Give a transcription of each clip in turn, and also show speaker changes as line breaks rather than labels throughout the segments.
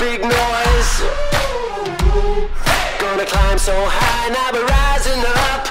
big noise. Gonna climb so high, now we're rising up.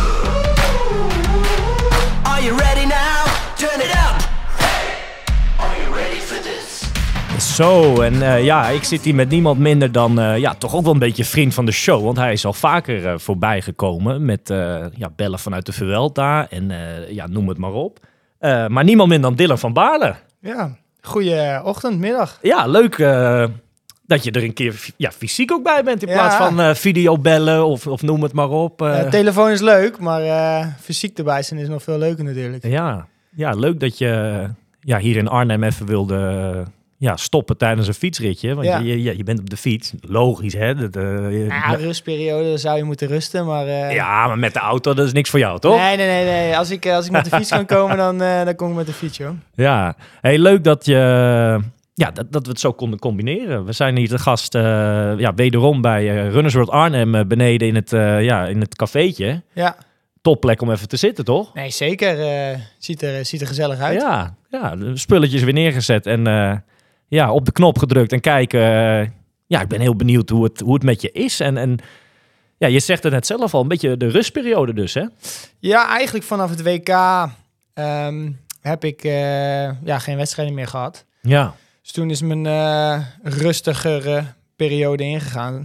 Are you ready now? Turn it up. Hey, are you ready for this?
Zo, en ik zit hier met niemand minder dan toch ook wel een beetje vriend van de show. Want hij is al vaker voorbij gekomen met bellen vanuit de Vuelta en noem het maar op. Maar niemand minder dan Dylan van Baarle.
Ja, goeie ochtend, middag.
Ja, leuk dat je er een keer fysiek ook bij bent in plaats van videobellen of noem het maar op.
Telefoon is leuk, maar fysiek erbij zijn is nog veel leuker natuurlijk.
Ja, leuk dat je hier in Arnhem even wilde stoppen tijdens een fietsritje. Want je bent op de fiets. Logisch, hè?
Rustperiode, dan zou je moeten rusten, maar...
maar met de auto, dat is niks voor jou, toch?
Nee. Als ik met de fiets kan komen, dan kom ik met de fiets, joh.
Ja, hey, leuk dat je... dat we het zo konden combineren. We zijn hier te gast wederom bij Runners World Arnhem beneden in het cafeetje. Ja. Topplek om even te zitten, toch?
Nee, zeker. Ziet er gezellig uit.
Ja, de spulletjes weer neergezet en op de knop gedrukt en kijken. Ik ben heel benieuwd hoe het met je is. En je zegt het net zelf al, een beetje de rustperiode dus, hè?
Ja, eigenlijk vanaf het WK heb ik geen wedstrijden meer gehad. Ja. Dus toen is mijn rustigere periode ingegaan.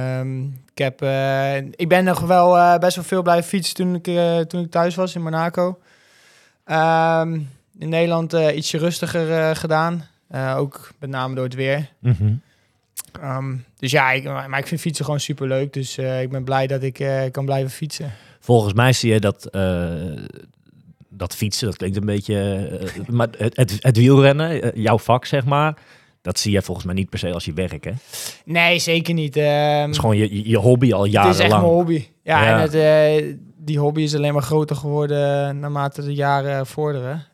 Ik ben nog wel best wel veel blijven fietsen toen ik thuis was in Monaco. In Nederland ietsje rustiger gedaan. Ook met name door het weer. Mm-hmm. Maar ik vind fietsen gewoon superleuk. Dus ik ben blij dat ik kan blijven fietsen.
Volgens mij zie je dat fietsen, dat klinkt een beetje... maar het wielrennen, jouw vak zeg maar... Dat zie je volgens mij niet per se als je werk, hè?
Nee, zeker niet.
Het is gewoon je hobby al jarenlang.
Het is echt mijn hobby. Ja. En die hobby is alleen maar groter geworden naarmate de jaren vorderen.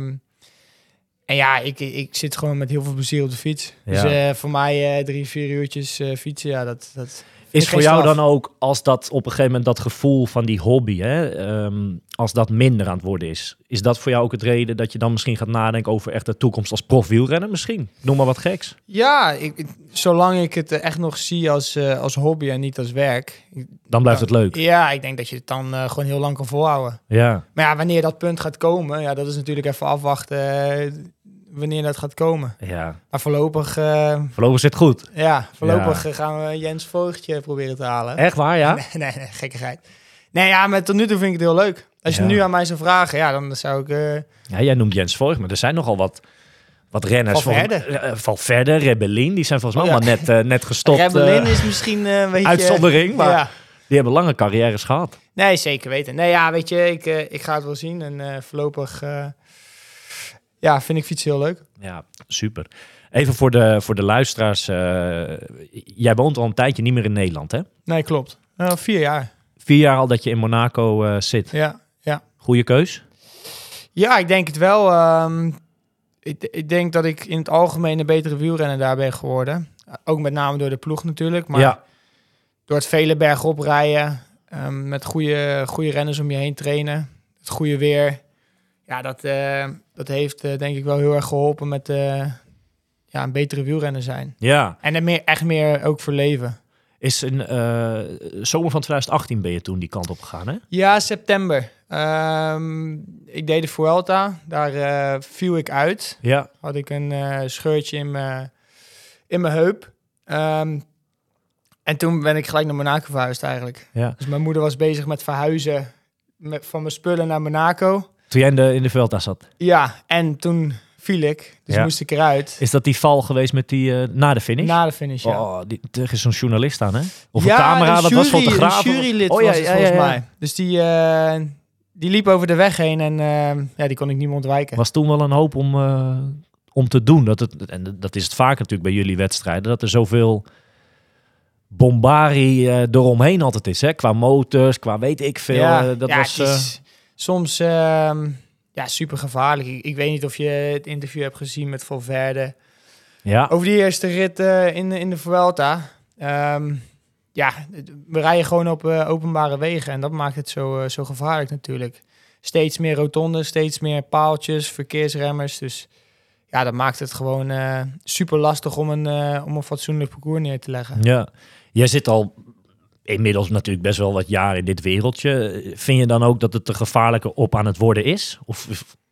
Ik zit gewoon met heel veel plezier op de fiets. Ja. Dus voor mij 3-4 uurtjes fietsen, dat
is voor jou dan ook, als dat op een gegeven moment dat gevoel van die hobby, hè, als dat minder aan het worden is dat voor jou ook het reden dat je dan misschien gaat nadenken over echt de toekomst als profwielrenner misschien? Noem maar wat geks.
Ja, zolang ik het echt nog zie als hobby en niet als werk.
Dan blijft het leuk.
Ja, ik denk dat je het dan gewoon heel lang kan volhouden. Ja. Maar wanneer dat punt gaat komen, dat is natuurlijk even afwachten wanneer dat gaat komen. Ja. Maar voorlopig
zit het goed.
Ja, voorlopig gaan we Jens Voigtje proberen te halen.
Echt waar, ja?
Nee, gekkigheid. Nee, maar tot nu toe vind ik het heel leuk. Als je nu aan mij zou vragen, dan zou ik...
jij noemt Jens Voigt, maar er zijn nogal wat renners. Valverde, Rebellin, die zijn volgens mij allemaal net gestopt.
Rebellin is misschien een beetje...
Uitzondering, maar die hebben lange carrières gehad.
Nee, zeker weten. Nee, weet je, ik ga het wel zien en voorlopig... vind ik fietsen heel leuk.
Ja, super. Even voor de luisteraars. Jij woont al een tijdje niet meer in Nederland, hè?
Nee, klopt. 4 jaar.
4 jaar al dat je in Monaco zit.
Ja.
Goeie keus? Ja,
ik denk het wel. Ik denk dat ik in het algemeen een betere wielrenner daar ben geworden. Ook met name door de ploeg natuurlijk. Maar door het vele bergop rijden. Met goede renners om je heen trainen. Het goede weer. Ja, dat heeft denk ik wel heel erg geholpen met een betere wielrenner zijn. Ja. En er echt meer ook voor leven.
Is in zomer van 2018 ben je toen die kant op gegaan, hè?
Ja, september. Ik deed de Vuelta. Daar viel ik uit. Ja. Had ik een scheurtje in mijn heup. En toen ben ik gelijk naar Monaco verhuisd eigenlijk. Ja. Dus mijn moeder was bezig met verhuizen van mijn spullen naar Monaco.
Toen jij in de Vuelta zat?
Ja, en toen viel ik. Dus moest ik eruit.
Is dat die val geweest met die na de finish?
Na de finish, ja.
Oh, er is zo'n journalist aan, hè? Of een camera, dat was fotograaf.
Een jurylid was het volgens mij. Dus die liep over de weg heen en die kon ik niet meer ontwijken.
Was toen wel een hoop om te doen. Dat is het vaak natuurlijk bij jullie wedstrijden, dat er zoveel bombarie eromheen altijd is, hè? Qua motors, qua weet ik veel.
Het is soms super gevaarlijk. Ik weet niet of je het interview hebt gezien met Valverde. Ja. Over die eerste rit in de Vuelta. We rijden gewoon op openbare wegen. En dat maakt het zo gevaarlijk natuurlijk. Steeds meer rotondes, steeds meer paaltjes, verkeersremmers. Dus ja, dat maakt het gewoon super lastig om een fatsoenlijk parcours neer te leggen.
Ja, jij zit al inmiddels natuurlijk best wel wat jaar in dit wereldje. Vind je dan ook dat het er gevaarlijker op aan het worden is? Of...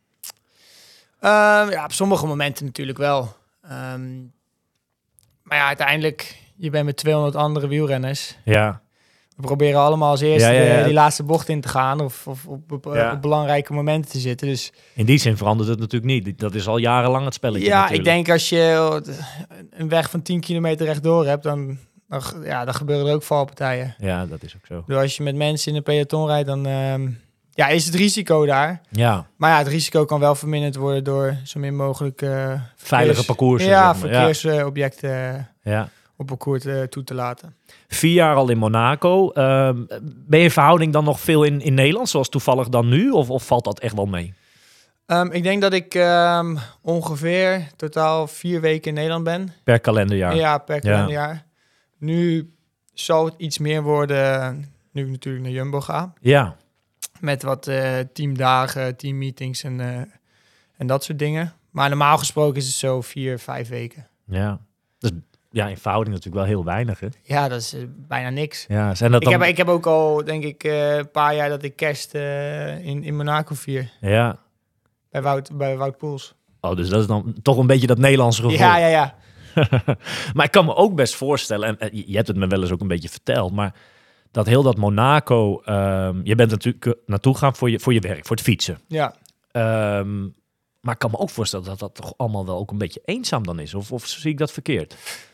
Ja, op sommige momenten natuurlijk wel. Maar ja, uiteindelijk, je bent met 200 andere wielrenners.
Ja.
We proberen allemaal als eerste
Ja.
die laatste bocht in te gaan of op belangrijke momenten te zitten. Dus
In die zin verandert het natuurlijk niet. Dat is al jarenlang het spelletje
ja,
natuurlijk.
ik denk als je een weg van 10 kilometer rechtdoor hebt, dan gebeuren er ook valpartijen.
Ja, dat is ook zo.
Dus als je met mensen in een peloton rijdt, dan is het risico daar.
Ja,
Maar ja, het risico kan wel verminderd worden door zo min mogelijk
veilige parcoursen.
Ja,
zeg maar.
verkeersobjecten
Ja.
op parcours toe te laten.
4 jaar al in Monaco. Ben je in verhouding dan nog veel in Nederland, zoals toevallig dan nu? Of valt dat echt wel mee?
Ik denk dat ik ongeveer totaal 4 weken in Nederland ben.
Per kalenderjaar?
Ja, per kalenderjaar. Nu zal het iets meer worden, nu ik natuurlijk naar Jumbo ga.
Ja.
Met wat teamdagen, teammeetings en dat soort dingen. Maar normaal gesproken is het zo 4-5 weken.
Ja. Dus ja, in verhouding natuurlijk wel heel weinig, hè?
Ja, dat is bijna niks.
Ja, zijn dat dan...
Ik heb ook al, denk ik, een paar jaar dat ik kerst in Monaco vier.
Ja.
Bij Wout Poels.
Oh, dus dat is dan toch een beetje dat Nederlandse gevoel.
Ja.
Maar ik kan me ook best voorstellen, en je hebt het me wel eens ook een beetje verteld, maar dat heel dat Monaco, je bent natuurlijk naartoe gaan voor je werk, voor het fietsen.
Ja.
Maar ik kan me ook voorstellen dat dat toch allemaal wel ook een beetje eenzaam dan is. Of zie ik dat verkeerd?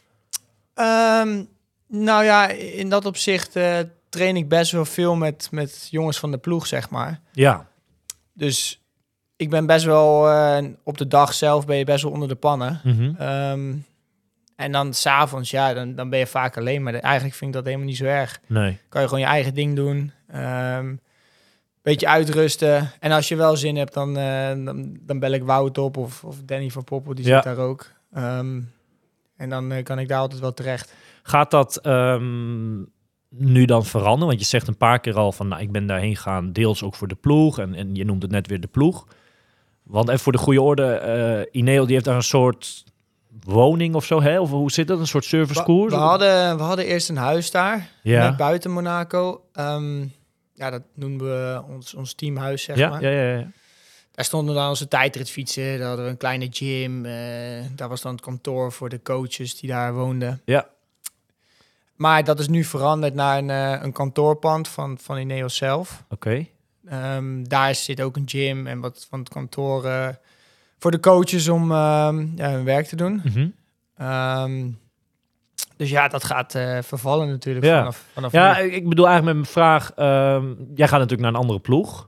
Nou ja, in dat opzicht train ik best wel veel met jongens van de ploeg, zeg maar.
Ja.
Dus ik ben best wel, op de dag zelf ben je best wel onder de pannen.
Mm-hmm.
En dan 's avonds, ja, dan ben je vaak alleen. Maar eigenlijk vind ik dat helemaal niet zo erg.
Nee.
Kan je gewoon je eigen ding doen. Beetje uitrusten. En als je wel zin hebt, dan bel ik Wout op of Danny van Poppel, die zit daar ook. En dan kan ik daar altijd wel terecht.
Gaat dat nu dan veranderen? Want je zegt een paar keer al van, nou, ik ben daarheen gegaan, deels ook voor de ploeg. En je noemt het net weer de ploeg. Want even voor de goede orde, Ineos die heeft daar een soort woning of zo, hè? Of hoe zit dat? Een soort servicekoers?
We hadden eerst een huis daar, net buiten Monaco. Ja, dat noemden we ons teamhuis, zeg maar.
Ja.
Daar stonden dan onze tijdritfietsen. Daar hadden we een kleine gym. Daar was dan het kantoor voor de coaches die daar woonden.
Ja.
Maar dat is nu veranderd naar een kantoorpand van Ineos zelf.
Oké.
Daar zit ook een gym en wat van het kantoor voor de coaches om hun werk te doen.
Mm-hmm.
Dus ja, dat gaat vervallen natuurlijk vanaf
ja,
nu.
ik bedoel eigenlijk met mijn vraag, jij gaat natuurlijk naar een andere ploeg.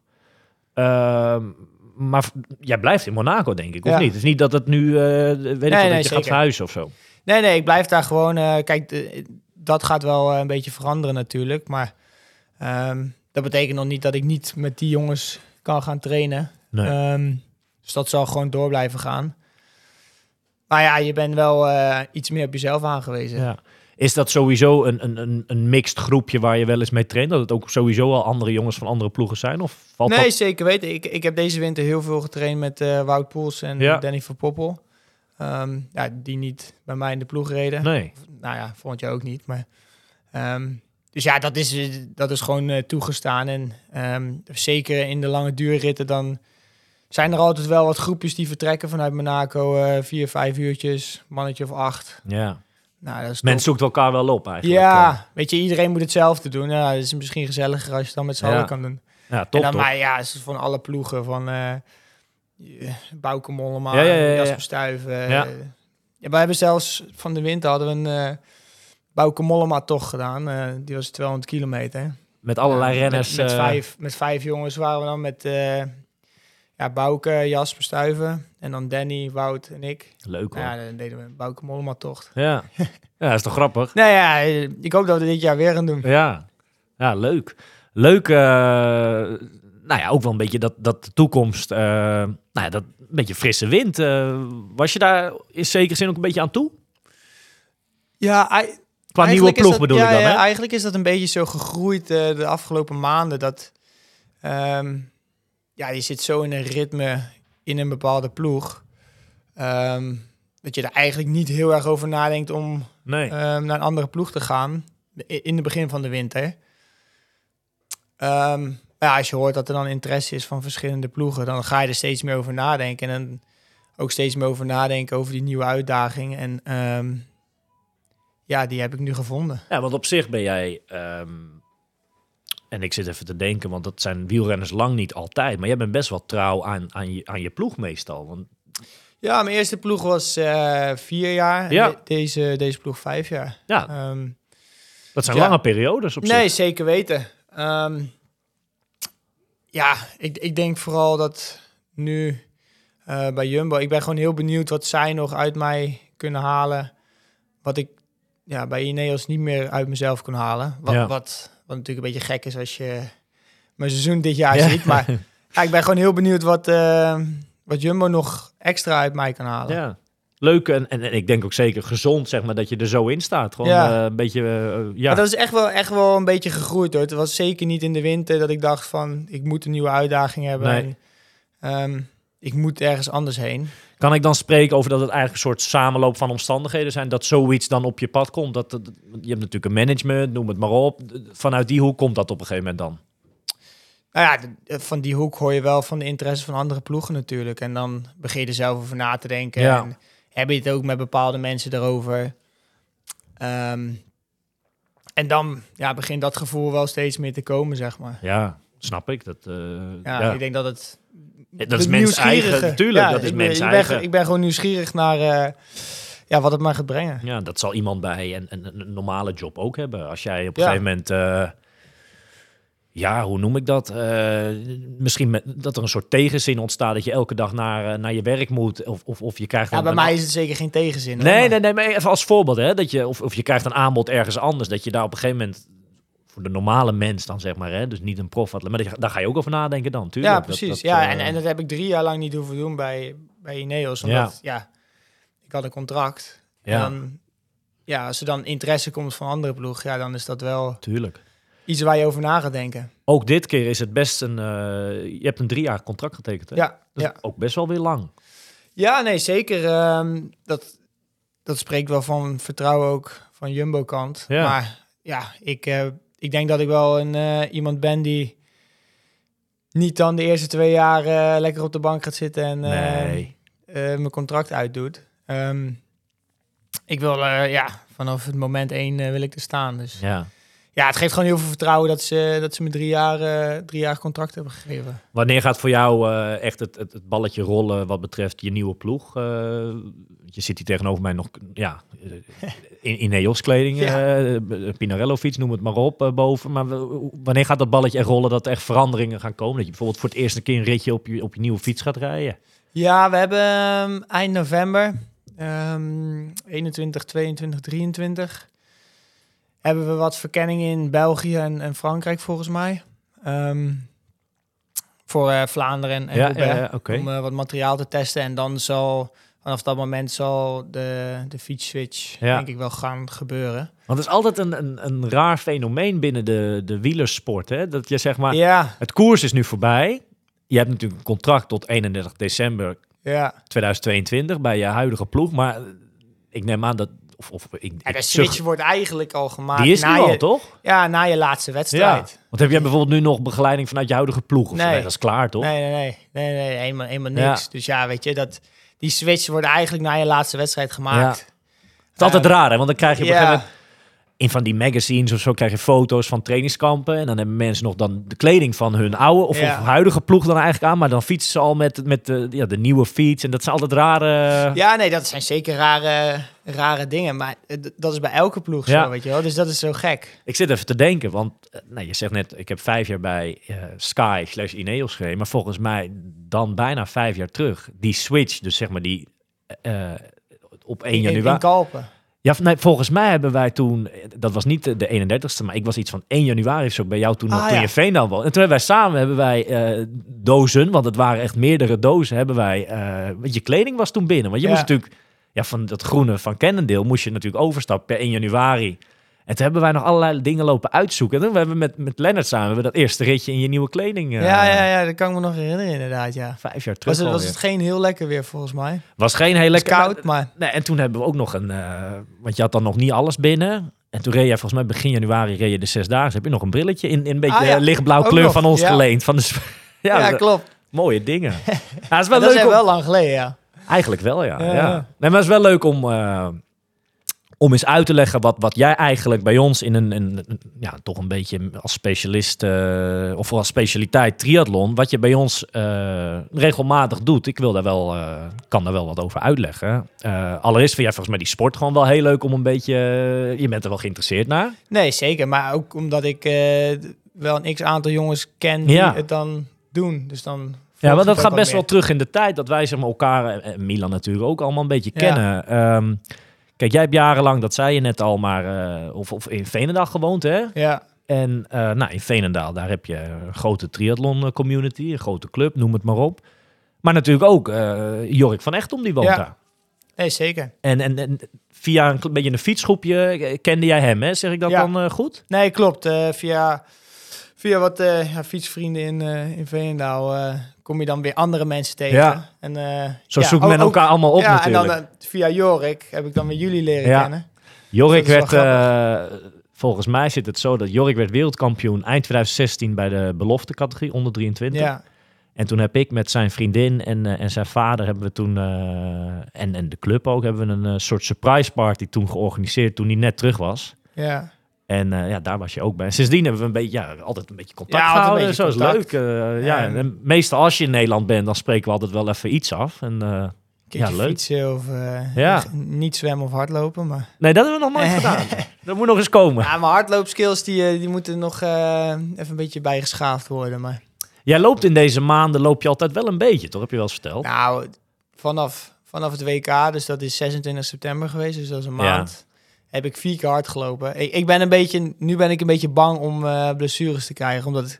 Maar jij blijft in Monaco, denk ik, of niet? Het is niet dat het nu, dat je gaat verhuizen of zo.
Nee, ik blijf daar gewoon. Kijk, dat gaat wel een beetje veranderen natuurlijk. Maar dat betekent nog niet dat ik niet met die jongens kan gaan trainen.
Nee.
Dus dat zal gewoon door blijven gaan. Maar ja, je bent wel iets meer op jezelf aangewezen.
Ja. Is dat sowieso een mixed groepje waar je wel eens mee traint? Dat het ook sowieso al andere jongens van andere ploegen zijn? Of valt
Nee,
dat...
zeker weten. Ik heb deze winter heel veel getraind met Wout Poels en Danny van Poppel. Die niet bij mij in de ploeg reden.
Nee.
Nou ja, volgend jaar ook niet. Maar, dus ja, dat is gewoon toegestaan. En zeker in de lange duurritten dan zijn er altijd wel wat groepjes die vertrekken vanuit Monaco. 4-5 uurtjes, mannetje of 8.
Ja.
Nou, dat is
Men zoekt elkaar wel op eigenlijk.
Ja, weet je, iedereen moet hetzelfde doen. Ja, het is misschien gezelliger als je het dan met z'n allen kan doen.
Ja, top,
en dan,
top.
maar ja, het is van alle ploegen. Van Bauke Mollema, Jasper Stuyven.
Ja.
We hebben zelfs van de winter hadden we een Bauke Mollema toch gedaan. Die was 200 kilometer.
Met allerlei renners.
Met 5 jongens waren we dan met Bauke, Jasper Stuyven. En dan Danny, Wout en ik.
Leuk hoor.
Ja, dan deden we een Bauke Mollema tocht.
Ja, dat is toch grappig?
Nou ja, ik hoop dat we dit jaar weer gaan doen.
Ja, leuk. Leuk, nou ja, ook wel een beetje dat de toekomst, dat een beetje frisse wind. Was je daar in zekere zin ook een beetje aan toe?
Ja,
qua nieuwe ploeg bedoel ik dan, hè?
Ja, eigenlijk is dat een beetje zo gegroeid de afgelopen maanden. Dat, je zit zo in een ritme in een bepaalde ploeg. dat je er eigenlijk niet heel erg over nadenkt om
Nee.
naar een andere ploeg te gaan in het begin van de winter. Ja, als je hoort dat er dan interesse is van verschillende ploegen, dan ga je er steeds meer over nadenken. En dan ook steeds meer over nadenken over die nieuwe uitdaging. En ja, die heb ik nu gevonden.
Ja, want op zich ben jij... en ik zit even te denken, want dat zijn wielrenners lang niet altijd. Maar jij bent best wel trouw aan je ploeg meestal. Want...
Ja, mijn eerste ploeg was 4 jaar.
Ja.
En deze ploeg 5 jaar.
Ja, dat zijn
ja.
lange periodes op zich.
Nee, zeker weten. Ja, ik denk vooral dat nu bij Jumbo... Ik ben gewoon heel benieuwd wat zij nog uit mij kunnen halen. Wat ik bij Ineos niet meer uit mezelf kon halen. Wat natuurlijk een beetje gek is als je mijn seizoen dit jaar ziet. Maar ja, ik ben gewoon heel benieuwd wat Jumbo nog extra uit mij kan halen.
Ja. Leuk en ik denk ook zeker gezond, zeg maar, dat je er zo in staat. Gewoon een beetje, ja.
Maar dat is echt wel een beetje gegroeid, hoor. Het was zeker niet in de winter dat ik dacht van... ik moet een nieuwe uitdaging hebben.
Nee.
En, ik moet ergens anders heen.
Kan ik dan spreken over dat het eigenlijk een soort samenloop van omstandigheden zijn? Dat zoiets dan op je pad komt? Je hebt natuurlijk een management, noem het maar op. Vanuit die hoek komt dat op een gegeven moment dan?
Nou ja, van die hoek hoor je wel van de interesse van andere ploegen natuurlijk. En dan begin je er zelf over na te denken.
Ja.
En heb je het ook met bepaalde mensen erover. En dan begint dat gevoel wel steeds meer te komen, zeg maar.
Ja, snap ik. Dat
Ik denk dat het...
Dat is mens eigen, natuurlijk. Dat is mens eigen.
Ik ben gewoon nieuwsgierig naar wat het mij gaat brengen.
Ja, dat zal iemand bij een normale job ook hebben. Als jij op een gegeven moment... hoe noem ik dat? Misschien dat er een soort tegenzin ontstaat... dat je elke dag naar je werk moet. Of je krijgt...
bij mij is het zeker geen tegenzin.
Nee, maar even als voorbeeld. Hè, dat je, of je krijgt een aanbod ergens anders. Dat je daar op een gegeven moment... voor de normale mens dan, zeg maar. Hè, dus niet een profat. Maar daar ga je ook over nadenken dan, tuurlijk.
Ja, precies. En dat heb ik 3 jaar lang niet hoeven doen bij Ineos. Omdat, ik had een contract.
Ja.
En dan, als er dan interesse komt van andere ploeg... dan is dat wel...
Tuurlijk.
Iets waar je over na gaat denken.
Ook dit keer is het best een... je hebt een 3 jaar contract getekend, hè?
Ja.
Dat is ook best wel weer lang.
Ja, nee, zeker. Dat spreekt wel van vertrouwen ook van Jumbo-kant.
Ja.
Maar ik denk dat ik wel iemand ben die niet dan de eerste 2 jaar lekker op de bank gaat zitten en mijn contract uitdoet. Ik wil vanaf het moment 1 wil ik er staan. Dus ja, het geeft gewoon heel veel vertrouwen dat ze me 3 jaar contract hebben gegeven.
Wanneer gaat voor jou echt het balletje rollen wat betreft je nieuwe ploeg? Je zit hier tegenover mij nog in Ineos kleding, Pinarello fiets, noem het maar op, boven. Maar wanneer gaat dat balletje echt rollen dat er echt veranderingen gaan komen? Dat je bijvoorbeeld voor het eerst een keer een ritje op je nieuwe fiets gaat rijden?
Ja, we hebben eind november, 21, 22, 23... hebben we wat verkenningen in België en Frankrijk volgens mij. Voor Vlaanderen en Roubaix.
Okay.
Om wat materiaal te testen. En dan vanaf dat moment zal de fietsswitch denk ik wel gaan gebeuren.
Want het is altijd een raar fenomeen binnen de wielersport. Hè? Dat je zeg maar, het koers is nu voorbij. Je hebt natuurlijk een contract tot 31 december 2022 bij je huidige ploeg. Maar ik neem aan dat...
de switch wordt eigenlijk al gemaakt.
Die is nu al, toch?
Ja, na je laatste wedstrijd.
Ja. Want heb jij bijvoorbeeld nu nog begeleiding vanuit je huidige ploeg? Of
nee,
dat is klaar, toch?
Nee, helemaal niks. Ja. Dus ja, weet je, die switch wordt eigenlijk na je laatste wedstrijd gemaakt.
Ja. Het is altijd raar, hè? Want dan krijg je op een gegeven moment... in van die magazines of zo krijg je foto's van trainingskampen. En dan hebben mensen nog dan de kleding van hun oude of huidige ploeg dan eigenlijk aan. Maar dan fietsen ze al met de nieuwe fiets. En dat zijn altijd rare...
Ja, nee, dat zijn zeker rare dingen. Maar dat is bij elke ploeg zo, weet je wel. Dus dat is zo gek.
Ik zit even te denken, want je zegt net... ik heb 5 jaar bij Sky/Ineos gereden. Maar volgens mij dan bijna 5 jaar terug. Die switch, dus zeg maar die op 1 januari...
In Kalpen.
Ja, nee, volgens mij hebben wij toen... dat was niet de 31ste, maar ik was iets van 1 januari of zo bij jou toen nog toen je Veendam was. En toen hebben wij dozen, want het waren echt meerdere dozen, hebben wij... want je kleding was toen binnen. Want je moest natuurlijk... Ja, van dat groene van Cannondale moest je natuurlijk overstappen per 1 januari. En toen hebben wij nog allerlei dingen lopen uitzoeken. En toen hebben we met Lennart samen hebben we dat eerste ritje in je nieuwe kleding.
Ja, dat kan ik me nog herinneren inderdaad, ja.
5 jaar terug
Was het geen heel lekker weer volgens mij?
Was geen heel lekker.
Koud, maar...
Nee, en toen hebben we ook nog want je had dan nog niet alles binnen. En toen reed jij volgens mij begin januari reed je de 6 dagen. Heb je nog een brilletje in een beetje lichtblauw
ook
kleur
nog,
van ons
ja.
geleend. Van de,
Ja, klopt.
Mooie dingen. Ja, is wel
Dat
leuk
is wel lang geleden, ja.
Eigenlijk wel, ja.
Ja.
Nee, maar het is wel leuk om eens uit te leggen wat jij eigenlijk bij ons in een toch een beetje als specialist of als specialiteit triathlon, wat je bij ons regelmatig doet. Ik wil daar kan daar wel wat over uitleggen. Allereerst vind jij volgens mij die sport gewoon wel heel leuk om een beetje, je bent er wel geïnteresseerd naar.
Nee, zeker. Maar ook omdat ik wel een x-aantal jongens ken die het dan doen. Dus dan...
Ja, want dat gaat best wel terug in de tijd dat wij zeg maar, elkaar, en Milan natuurlijk ook, allemaal een beetje kennen. Kijk, jij hebt jarenlang, dat zei je net al, maar of in Veenendaal gewoond, hè?
Ja.
En in Veenendaal, daar heb je een grote triathlon community, een grote club, noem het maar op. Maar natuurlijk ook Jorik van Echtom, die woont daar.
Nee, zeker.
En via een beetje een fietsgroepje kende jij hem, hè? Zeg ik dat dan goed?
Nee, klopt. Via wat fietsvrienden in Veenendaal kom je dan weer andere mensen tegen.
Ja.
En,
Zo zoekt men elkaar allemaal op natuurlijk.
En dan via Jorik heb ik dan weer jullie leren kennen.
Jorik werd, volgens mij zit het zo dat Jorik werd wereldkampioen eind 2016 bij de belofte categorie onder 23.
Ja.
En toen heb ik met zijn vriendin en zijn vader hebben we toen, en de club ook, hebben we een soort surprise party toen georganiseerd toen hij net terug was.
Ja.
En daar was je ook bij. En sindsdien hebben we een beetje, altijd een beetje contact gehouden. Zo is leuk. En meestal als je in Nederland bent, dan spreken we altijd wel even iets af. En, leuk.
Fietsen of niet zwemmen of hardlopen. Maar...
Nee, dat hebben we nog nooit gedaan. Dat moet nog eens komen.
Ja, mijn hardloopskills die moeten nog even een beetje bijgeschaafd worden. Maar...
Jij loopt in deze maanden, loop je altijd wel een beetje, toch? Heb je wel eens verteld?
Nou, vanaf het WK, dus dat is 26 september geweest, dus dat is een maand... heb ik 4 keer hard gelopen. Nu ben ik een beetje bang om blessures te krijgen. Omdat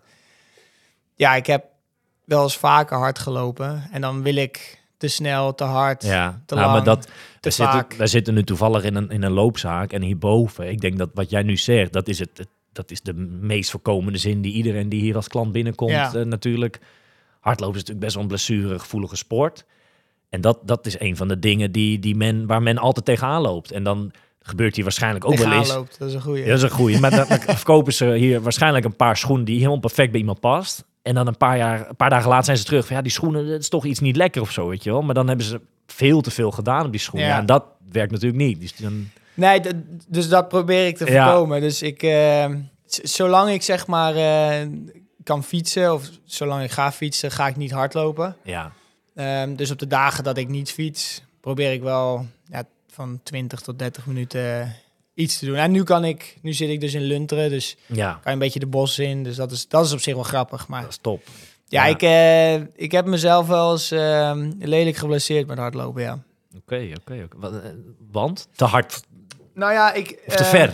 ik heb wel eens vaker hard gelopen. En dan wil ik te snel, te hard, te lang,
maar
te vaak.
Wij zitten nu toevallig in een loopzaak. En hierboven, ik denk dat wat jij nu zegt, dat is de meest voorkomende zin die iedereen die hier als klant binnenkomt natuurlijk. Hardlopen is natuurlijk best wel een blessuregevoelige sport. En dat is een van de dingen waar men altijd tegenaan loopt. En dan... gebeurt hier waarschijnlijk ook wel eens.
Loopt, dat is een goeie.
Ja, dat is een goeie. Maar dan verkopen ze hier waarschijnlijk een paar schoenen die helemaal perfect bij iemand past. En dan een paar dagen later zijn ze terug van die schoenen, dat is toch iets niet lekker of zo, weet je wel. Maar dan hebben ze veel te veel gedaan op die schoenen. Ja, en dat werkt natuurlijk niet. Dus dan...
Nee, dus dat probeer ik te voorkomen. Dus zolang ik zeg maar kan fietsen of zolang ik ga fietsen, ga ik niet hardlopen.
Ja.
Dus op de dagen dat ik niet fiets, probeer ik wel van 20 tot 30 minuten iets te doen. En nu zit ik dus in Lunteren, dus kan je een beetje de bos in. Dus dat is op zich wel grappig. Maar
dat is top.
Ja, ik heb mezelf wel eens lelijk geblesseerd met hardlopen, ja.
Oké. Want? Te hard?
Nou ja,
of te ver?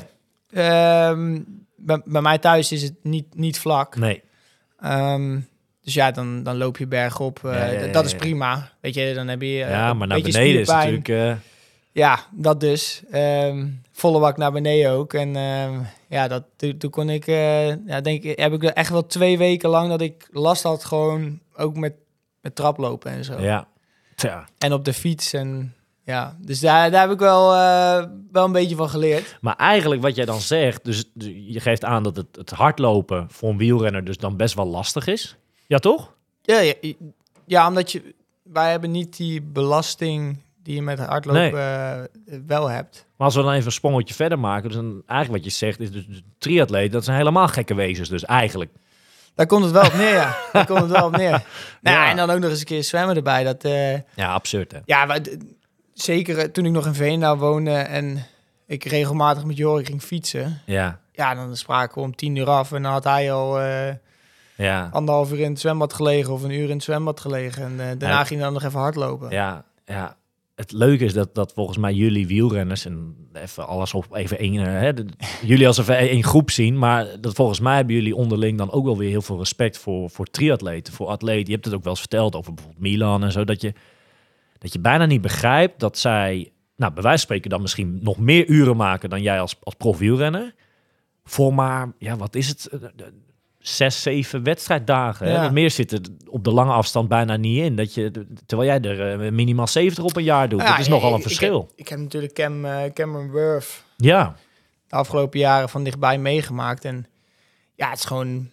Bij mij thuis is het niet vlak.
Nee.
Dus dan loop je bergop. Dat is prima. Weet je, dan heb je
maar naar beneden is natuurlijk...
Ja, dat dus. Volle bak naar beneden ook. En toen kon ik... heb ik echt wel 2 weken lang dat ik last had gewoon ook met traplopen en zo.
Ja.
En op de fiets en... Ja, dus daar heb ik wel een beetje van geleerd.
Maar eigenlijk wat jij dan zegt, dus je geeft aan dat het hardlopen voor een wielrenner dus dan best wel lastig is. Ja, toch?
Ja, omdat wij hebben niet die belasting die je met hardlopen wel hebt.
Maar als we dan even een sprongetje verder maken, dus dan eigenlijk wat je zegt is dus triatleet, dat zijn helemaal gekke wezens dus eigenlijk.
Daar komt het wel op neer, ja. Daar komt het wel op neer. En dan ook nog eens een keer zwemmen erbij. Dat,
ja, absurd hè?
Ja, maar zeker toen ik nog in Veenendaal woonde en ik regelmatig met Jorik ging fietsen. Ja, dan spraken we om 10 uur af en dan had hij al 1,5 uur in het zwembad gelegen of 1 uur in het zwembad gelegen. En daarna ging hij dan nog even hardlopen.
Ja. Het leuke is dat volgens mij jullie wielrenners, en even alles op even één, jullie als even één groep zien, maar dat volgens mij hebben jullie onderling dan ook wel weer heel veel respect voor triatleten, voor atleten. Je hebt het ook wel eens verteld over bijvoorbeeld Milan en zo, dat je bijna niet begrijpt dat zij, bij wijze van spreken dan misschien nog meer uren maken dan jij als profwielrenner. voor maar, wat is het? 6, 7 wedstrijddagen.
Ja.
Hè? Meer zit er op de lange afstand bijna niet in. Terwijl jij er minimaal 70 op een jaar doet. Dat is nogal een verschil.
Ik heb natuurlijk Cameron Wurf
Ja.
de afgelopen jaren van dichtbij meegemaakt. En ja, het is gewoon...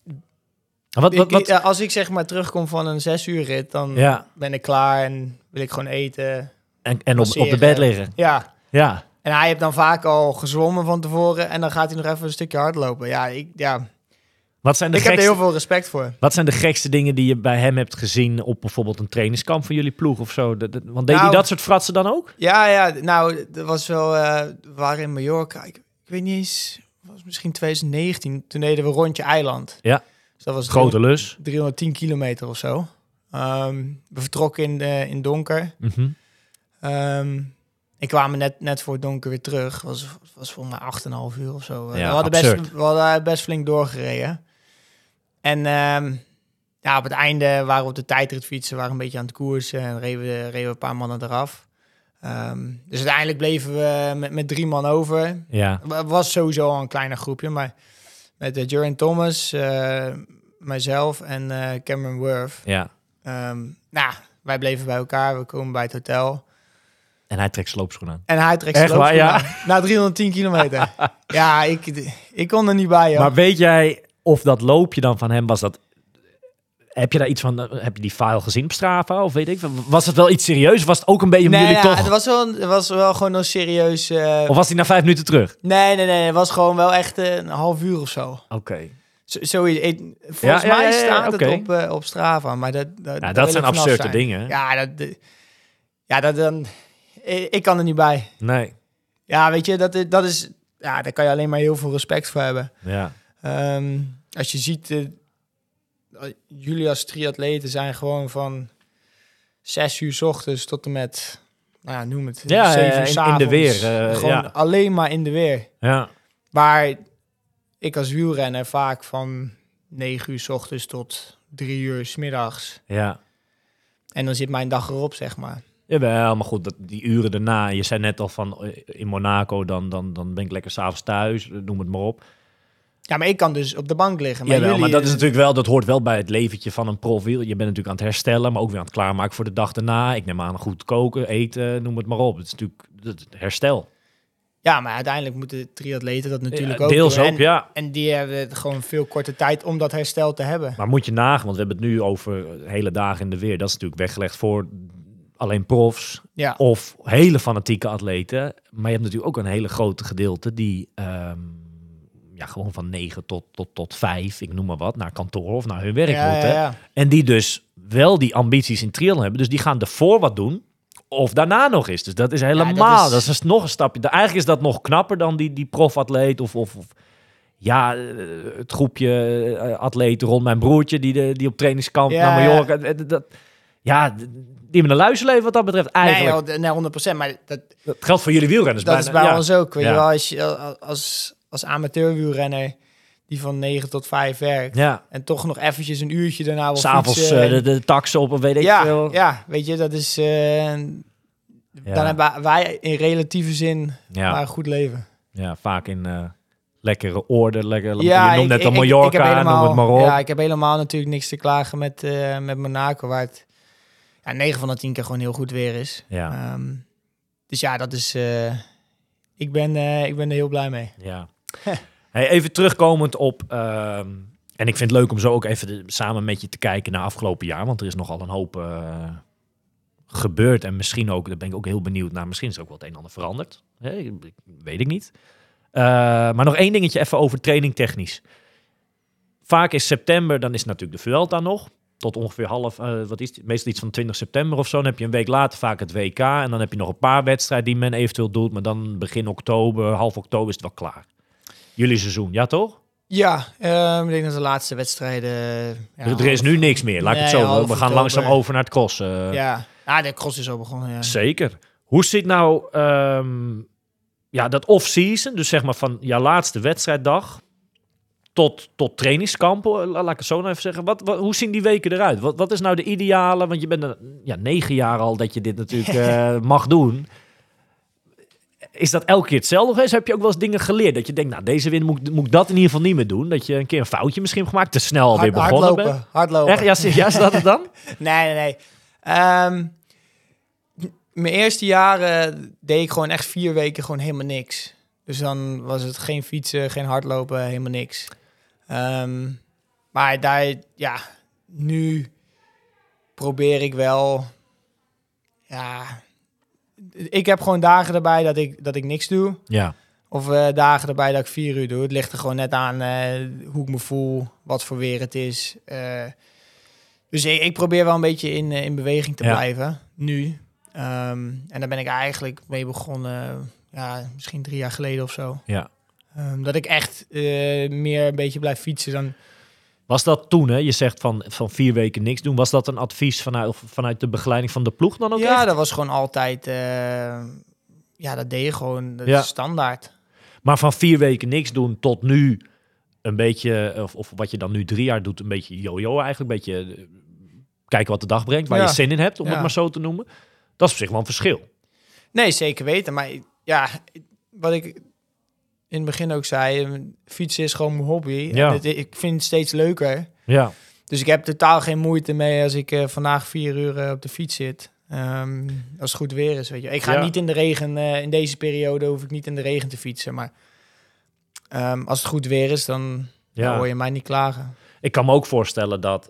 Als ik zeg maar terugkom van een 6 uur rit, dan ben ik klaar en wil ik gewoon eten.
En op de bed liggen.
Ja.
Ja.
En hij heeft dan vaak al gezwommen van tevoren en dan gaat hij nog even een stukje hardlopen. Ik heb er heel veel respect voor.
Wat zijn de gekste dingen die je bij hem hebt gezien op bijvoorbeeld een trainingskamp van jullie ploeg of zo? Want deed hij dat soort fratsen dan ook?
Ja, nou, dat was wel... we waren in Mallorca, ik weet niet eens, het was misschien 2019. Toen deden we rondje eiland. Ja. Dus dat was
grote lus.
310 kilometer of zo. We vertrokken in donker. Mm-hmm. Ik kwam net voor het donker weer terug. Was voor mij 8,5 uur of zo. We hadden best flink doorgereden. En op het einde waren we op de tijdrit fietsen, waren een beetje aan het koersen en reden we een paar mannen eraf. Dus uiteindelijk bleven we met 3 man over. Ja. Het was sowieso al een kleiner groepje, maar met Geraint Thomas, mijzelf en Cameron Wurf. Ja. Wij bleven bij elkaar, we komen bij het hotel.
En hij trekt sloopschoenen aan.
En hij trekt sloopschoenen aan. Na 310 kilometer. Ja, ik kon er niet bij. Joh.
Maar weet jij of dat loopje dan van hem was dat... Heb je daar iets van... Heb je die file gezien op Strava? Of weet ik? Was het wel iets serieus? Was het ook een beetje jullie toch...
Het was wel gewoon een serieus...
Of was hij na 5 minuten terug?
Nee. Het was gewoon wel echt een half uur of zo.
Oké.
Volgens mij staat het op Strava. Maar dat
zijn absurde dingen.
Ja, dat ik kan er niet bij.
Nee.
Ja, weet je, dat is... Ja, daar kan je alleen maar heel veel respect voor hebben.
Ja.
Als je ziet... jullie als triatleten zijn gewoon van 6 uur 's ochtends tot en met... noem het. 7 uur 's avonds.
In de weer.
Gewoon alleen maar in de weer.
Ja.
Maar ik als wielrenner vaak van 9 uur 's ochtends tot 3 uur 's middags. Ja. En dan zit mijn dag erop, zeg maar.
Ja, maar goed, die uren daarna, je zei net al van in Monaco, dan ben ik lekker 's avonds thuis, noem het maar op.
Ja, maar ik kan dus op de bank liggen.
Maar dat is natuurlijk wel, dat hoort wel bij het leventje van een profiel. Je bent natuurlijk aan het herstellen, maar ook weer aan het klaarmaken voor de dag daarna. Ik neem aan goed koken, eten, noem het maar op. Het is natuurlijk het herstel.
Ja, maar uiteindelijk moeten triatleten dat natuurlijk ook
deels
doen.
Ook, ja.
En die hebben gewoon veel korte tijd om dat herstel te hebben.
Maar moet je nagaan, want we hebben het nu over hele dagen in de weer. Dat is natuurlijk weggelegd voor alleen profs of hele fanatieke atleten. Maar je hebt natuurlijk ook een hele grote gedeelte die gewoon van 9 tot 5, ik noem maar wat, naar kantoor of naar hun werk moeten. Ja. En die dus wel die ambities in triathlon hebben. Dus die gaan ervoor wat doen of daarna nog eens. Dus dat is helemaal, dat is nog een stapje. Eigenlijk is dat nog knapper dan die profatleet of het groepje atleten rond mijn broertje die op trainingskamp naar Mallorca. Die hebben een luisterleven wat dat betreft eigenlijk.
Nee, 100%. Maar dat
geldt voor jullie wielrenners.
Dat is bij ons ook. Weet je wel, als je als amateur wielrenner die van 9 tot 5 werkt en toch nog eventjes een uurtje daarna wil
's avonds de taxen op of weet ik veel. Ja,
weet je, dat is... Dan hebben wij in relatieve zin maar een goed leven.
Ja, vaak in lekkere orde. Je noemt net al Mallorca, noem het maar op.
Ja, ik heb helemaal natuurlijk niks te klagen met Monaco, waar het 9 van de 10 keer gewoon heel goed weer is. Ja. Dus ja, dat is... Ik ben er heel blij mee.
Ja. Hey, even terugkomend op... en ik vind het leuk om zo ook even samen met je te kijken naar afgelopen jaar. Want er is nogal een hoop gebeurd. En misschien ook, daar ben ik ook heel benieuwd naar. Misschien is er ook wel het een en ander veranderd. Weet ik niet. Maar nog één dingetje even over training technisch. Vaak is september, dan is natuurlijk de Vuelta nog. Tot ongeveer meestal iets van 20 september of zo. Dan heb je een week later vaak het WK. En dan heb je nog een paar wedstrijden die men eventueel doet. Maar dan begin oktober, half oktober is het wel klaar. Jullie seizoen, ja toch?
Ja, ik denk dat de laatste wedstrijden...
er is nu niks meer, laat ik het zo. We gaan langzaam over naar het cross.
De cross is al begonnen, ja.
Zeker. Hoe zit nou dat off-season, dus zeg maar van jouw laatste wedstrijddag tot trainingskampen, laat ik het zo nou even zeggen. Hoe zien die weken eruit? Wat is nou de ideale? Want je bent 9 jaar al dat je dit natuurlijk mag doen. Is dat elke keer hetzelfde geweest? Heb je ook wel eens dingen geleerd? Dat je denkt, nou, deze winter moet ik dat in ieder geval niet meer doen. Dat je een keer een foutje misschien hebt gemaakt. Te snel alweer begonnen bent.
Hardlopen.
Echt? Ja, serieus, is dat het dan?
Nee. Mijn eerste jaren deed ik gewoon echt 4 weken gewoon helemaal niks. Dus dan was het geen fietsen, geen hardlopen, helemaal niks. Maar daar, ja, nu probeer ik wel... Ja, ik heb gewoon dagen erbij dat ik niks doe.
Ja.
Of dagen erbij dat ik 4 uur doe. Het ligt er gewoon net aan hoe ik me voel, wat voor weer het is. Dus ik probeer wel een beetje in beweging te blijven, nu. En daar ben ik eigenlijk mee begonnen, misschien 3 jaar geleden of zo.
Ja.
Dat ik echt meer een beetje blijf fietsen dan...
Was dat toen, hè? Je zegt van 4 weken niks doen. Was dat een advies vanuit de begeleiding van de ploeg dan ook?
Ja,
echt?
dat was gewoon altijd... dat deed je gewoon. Dat is standaard.
Maar van 4 weken niks doen tot nu een beetje... Of wat je dan nu 3 jaar doet, een beetje yo-yo eigenlijk. Een beetje kijken wat de dag brengt. Waar je zin in hebt, om het maar zo te noemen. Dat is op zich wel een verschil.
Nee, zeker weten. Maar ja, wat ik in het begin ook zei... Fietsen is gewoon mijn hobby.
Ja.
En ik vind het steeds leuker.
Ja.
Dus ik heb totaal geen moeite mee als ik vandaag 4 uur op de fiets zit. Als het goed weer is, weet je. Ik ga niet in de regen, in deze periode hoef ik niet in de regen te fietsen. Maar als het goed weer is, dan hoor je mij niet klagen.
Ik kan me ook voorstellen dat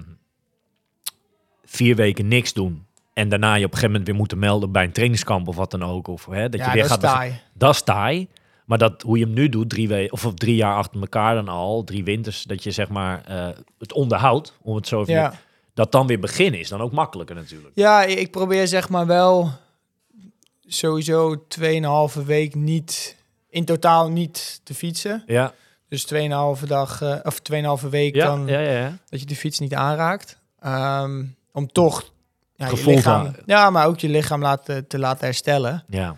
4 weken niks doen en daarna je op een gegeven moment weer moeten melden bij een trainingskamp of wat dan ook. Of dat je weer gaat. Dat is taai. Maar dat hoe je hem nu doet, 3 jaar achter elkaar dan al, 3 winters, dat je zeg maar het onderhoudt, om het zo even dat dan weer beginnen is dan ook makkelijker natuurlijk.
Ja, ik probeer zeg maar wel sowieso 2,5 week in totaal niet te fietsen. Ja. Dus 2,5 dag of 2,5 week dan dat je de fiets niet aanraakt. Om toch je lichaam, maar ook je lichaam te laten herstellen. Ja.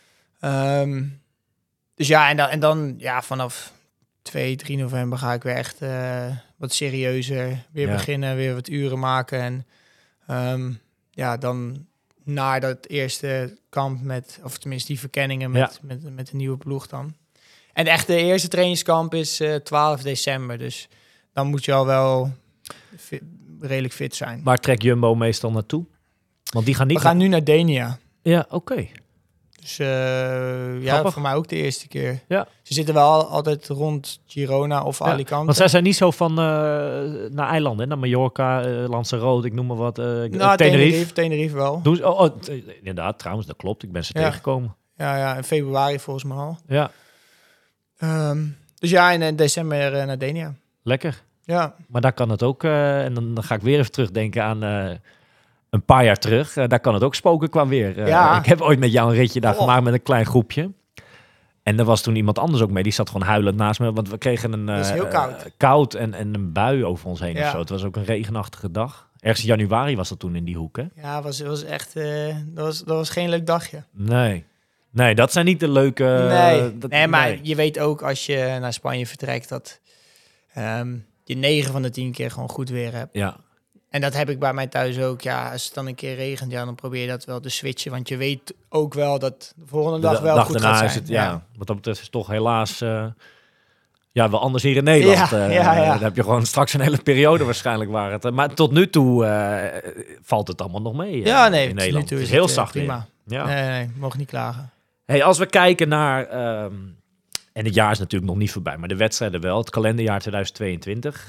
Dus en dan vanaf 2, 3 november ga ik weer echt wat serieuzer weer beginnen, weer wat uren maken. En dan naar dat eerste kamp of tenminste die verkenningen met de nieuwe ploeg dan. En echt de eerste trainingskamp is 12 december, dus dan moet je al wel redelijk fit zijn.
Waar trekt Jumbo meestal naartoe? Want die gaan niet...
We gaan nu naar Denia.
Ja, oké.
Dus voor mij ook de eerste keer. Ja. Ze zitten wel altijd rond Girona of Alicante.
Want zij zijn niet zo van naar eilanden, naar Mallorca, Lanzarote, ik noem maar wat.
Tenerife wel.
Doen ze, inderdaad, trouwens, dat klopt. Ik ben ze tegengekomen.
Ja, in februari volgens mij al. Ja. Dus in december naar Denia.
Lekker.
Ja.
Maar daar kan het ook, en dan ga ik weer even terugdenken aan... een paar jaar terug, daar kan het ook spoken qua weer. Ik heb ooit met jou een ritje daar gemaakt met een klein groepje. En er was toen iemand anders ook mee. Die zat gewoon huilend naast me. Want we kregen een
heel
koud en een bui over ons heen of zo. Het was ook een regenachtige dag. Ergens in januari was dat toen in die hoek, hè?
Ja, het was echt... dat was geen leuk dagje.
Nee, dat zijn niet de leuke...
Maar je weet ook als je naar Spanje vertrekt... dat je 9 van de 10 keer gewoon goed weer hebt. Ja. En dat heb ik bij mij thuis ook. Ja, als het dan een keer regent, dan probeer je dat wel te switchen. Want je weet ook wel dat de volgende dag wel goed gaat zijn. Is het,
wat dat betreft is het toch helaas wel anders hier in Nederland. Dan heb je gewoon straks een hele periode waarschijnlijk waar het... maar tot nu toe valt het allemaal nog mee in Nederland. Tot nu toe is het heel zacht
prima. Ja. Nee, mogen niet klagen.
Hey, als we kijken naar... en het jaar is natuurlijk nog niet voorbij, maar de wedstrijden wel. Het kalenderjaar 2022...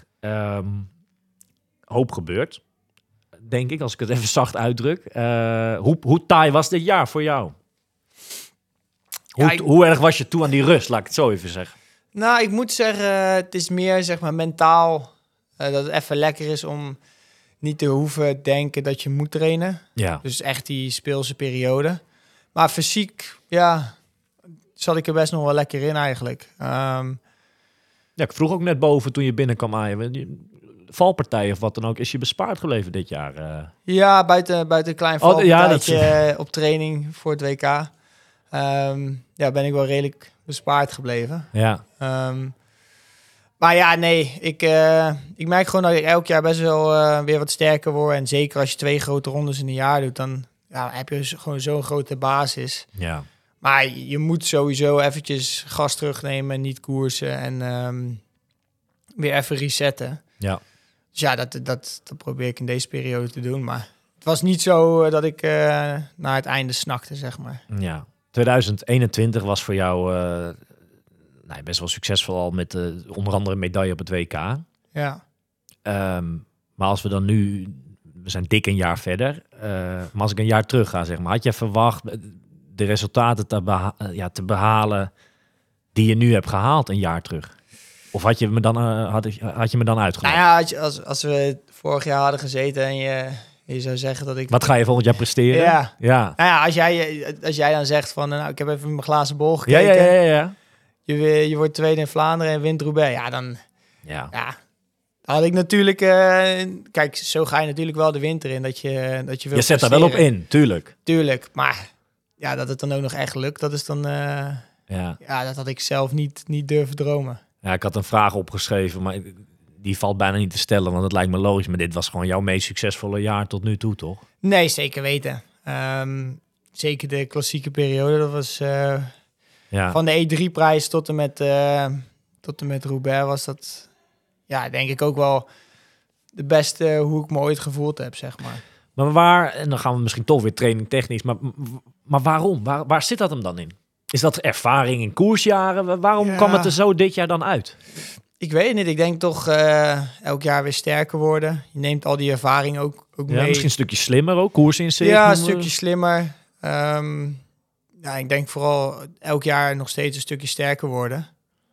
hoop gebeurt, denk ik, als ik het even zacht uitdruk. Hoe taai was dit jaar voor jou? Hoe erg was je toe aan die rust, laat ik het zo even zeggen?
Nou, ik moet zeggen, het is meer zeg maar mentaal dat het even lekker is om niet te hoeven denken dat je moet trainen. Ja. Dus echt die speelse periode. Maar fysiek, zat ik er best nog wel lekker in eigenlijk.
Ik vroeg ook net boven toen je binnenkwam aan valpartij of wat dan ook, is je bespaard gebleven dit jaar?
Ja, buiten een klein valpartijtje op training voor het WK. Ben ik wel redelijk bespaard gebleven. Ja. Maar ik merk gewoon dat ik elk jaar best wel weer wat sterker word. En zeker als je 2 grote rondes in een jaar doet, dan heb je gewoon zo'n grote basis. Ja. Maar je moet sowieso eventjes gas terugnemen, niet koersen en weer even resetten.
Ja.
Dus ja, dat probeer ik in deze periode te doen. Maar het was niet zo dat ik naar het einde snakte, zeg maar.
Ja. 2021 was voor jou best wel succesvol al met onder andere een medaille op het WK.
Ja.
Maar als we dan nu... We zijn dik een jaar verder. Maar als ik een jaar terug ga, zeg maar... Had je verwacht de resultaten te behalen die je nu hebt gehaald een jaar terug? Of had je me dan, had je me dan uitgelachen?
Nou ja, als we vorig jaar hadden gezeten en je zou zeggen dat ik...
Wat ga je volgend jaar presteren?
Ja. Nou ja, als jij dan zegt van... Nou, ik heb even in mijn glazen bol gekeken.
Ja.
Je wordt tweede in Vlaanderen en wint Roubaix. Ja, dan...
Ja.
Had ik natuurlijk... kijk, zo ga je natuurlijk wel de winter in. Dat je wil
Je zet daar wel op in, tuurlijk.
Tuurlijk, maar ja, dat het dan ook nog echt lukt, dat is dan...
Ja,
dat had ik zelf niet durven dromen.
Ja, ik had een vraag opgeschreven, maar die valt bijna niet te stellen, want het lijkt me logisch. Maar dit was gewoon jouw meest succesvolle jaar tot nu toe, toch?
Nee, zeker weten. Zeker de klassieke periode, dat was... Van de E3-prijs tot en met Roubaix was dat... Ja, denk ik ook wel de beste hoe ik me ooit gevoeld heb, zeg maar.
Maar waar, en dan gaan we misschien toch weer training technisch, maar waarom? Waar zit dat hem dan in? Is dat ervaring in koersjaren? Waarom kwam het er zo dit jaar dan uit?
Ik weet het niet. Ik denk toch elk jaar weer sterker worden. Je neemt al die ervaring ook mee.
Misschien een stukje slimmer ook, koers in zich.
Ja, een stukje slimmer. Ik denk vooral elk jaar nog steeds een stukje sterker worden.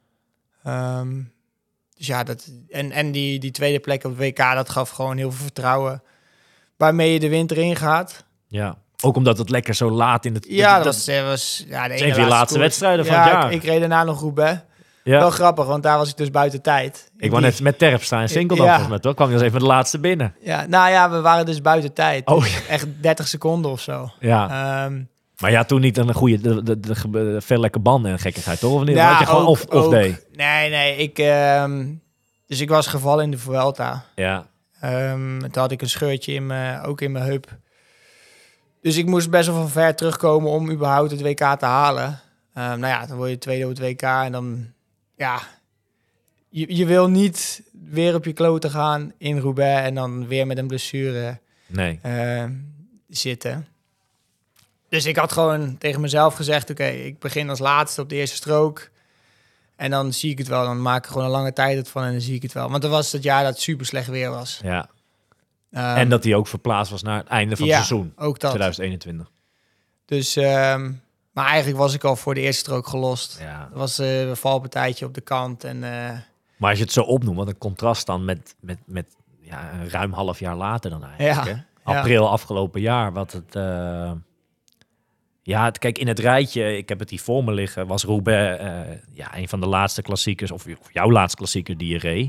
Dus ja, die tweede plek op het WK, dat gaf gewoon heel veel vertrouwen. Waarmee je de winter ingaat.
Ja, ook omdat het lekker zo laat in het...
Ja, dat was de
ene van laatste wedstrijden van het jaar.
Ik reed daarna nog Roubaix.
Ja.
Wel grappig, want daar was ik dus buiten tijd.
Ik wou net met Terpstra en Sinkeldam volgens mij, toch? Kwam je als even de laatste binnen.
Ja, nou ja, we waren dus buiten tijd.
Oh.
Dus echt 30 seconden of zo.
Ja. Maar ja, toen niet een goede, de veel lekker banden en gekkigheid, toch? Of niet?
Ja,
had je gewoon of deed?
Nee. Dus ik was gevallen in de Vuelta.
Ja.
Toen had ik een scheurtje ook in mijn heup. Dus ik moest best wel van ver terugkomen om überhaupt het WK te halen. Dan word je tweede op het WK en dan... Ja, je wil niet weer op je kloten gaan in Roubaix en dan weer met een blessure zitten. Dus ik had gewoon tegen mezelf gezegd, oké, ik begin als laatste op de eerste strook. En dan zie ik het wel. Dan maak ik gewoon een lange tijd het van en dan zie ik het wel. Want er was het jaar dat het super slecht weer was.
Ja. En dat hij ook verplaatst was naar het einde van het seizoen.
Ook dat.
2021.
Dus, maar eigenlijk was ik al voor de eerste strook gelost.
Ja.
Er was een valpartijtje op de kant.
Maar als je het zo opnoemt, wat een contrast dan met een ruim half jaar later dan eigenlijk.
Ja.
Hè? April afgelopen jaar. Wat het... kijk, in het rijtje, ik heb het hier voor me liggen, was Roubaix een van de laatste klassiekers, of jouw laatste klassieker die je reed.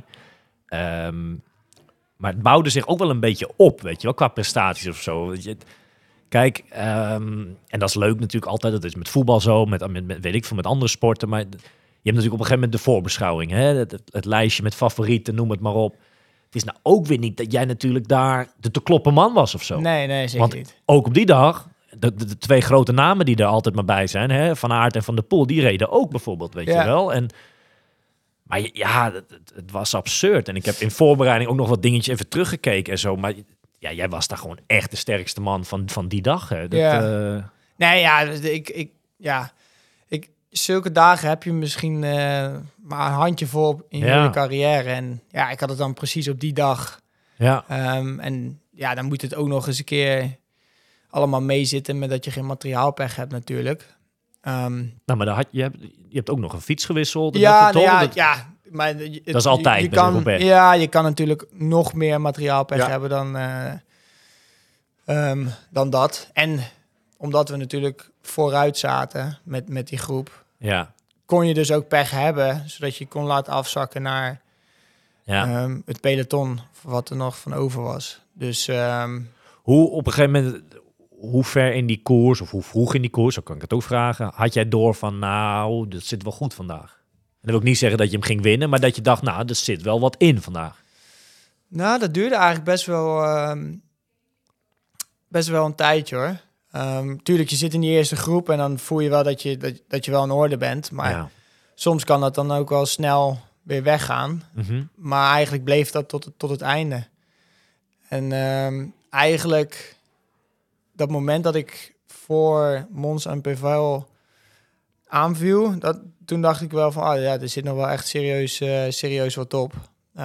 Maar het bouwde zich ook wel een beetje op, weet je wel, qua prestaties of zo. Kijk, en dat is leuk natuurlijk altijd, dat is met voetbal zo, met weet ik veel, met andere sporten, maar je hebt natuurlijk op een gegeven moment de voorbeschouwing, hè? Het lijstje met favorieten, noem het maar op. Het is nou ook weer niet dat jij natuurlijk daar de te kloppen man was of zo.
Nee, zeker
Want
niet.
ook op die dag, de twee grote namen die er altijd maar bij zijn, hè, Van Aert en Van der Poel, die reden ook bijvoorbeeld, weet je wel. Maar het was absurd. En ik heb in voorbereiding ook nog wat dingetjes even teruggekeken en zo. Maar ja, jij was daar gewoon echt de sterkste man van die dag. Hè.
Zulke dagen heb je misschien maar een handje vol in je carrière. En ja, ik had het dan precies op die dag. Ja. Dan moet het ook nog eens een keer allemaal meezitten met dat je geen materiaalpech hebt natuurlijk.
Maar je hebt ook nog een fiets gewisseld.
Maar
dat is altijd
je kan natuurlijk nog meer materiaalpech hebben dan dat. En omdat we natuurlijk vooruit zaten met die groep, kon je dus ook pech hebben, zodat je kon laten afzakken naar het peloton, wat er nog van over was. Dus
hoe op een gegeven moment, hoe ver in die koers, of hoe vroeg in die koers, zo kan ik het ook vragen, had jij door van, nou, dat zit wel goed vandaag? En dat wil ik niet zeggen dat je hem ging winnen, maar dat je dacht, nou, er zit wel wat in vandaag.
Nou, dat duurde eigenlijk best wel een tijdje, hoor. Tuurlijk, je zit in die eerste groep en dan voel je wel dat je wel in orde bent. Maar soms kan dat dan ook wel snel weer weggaan.
Mm-hmm.
Maar eigenlijk bleef dat tot het einde. En eigenlijk dat moment dat ik voor Mons en Pevel aanviel, toen dacht ik wel van, er zit nog wel echt serieus wat op.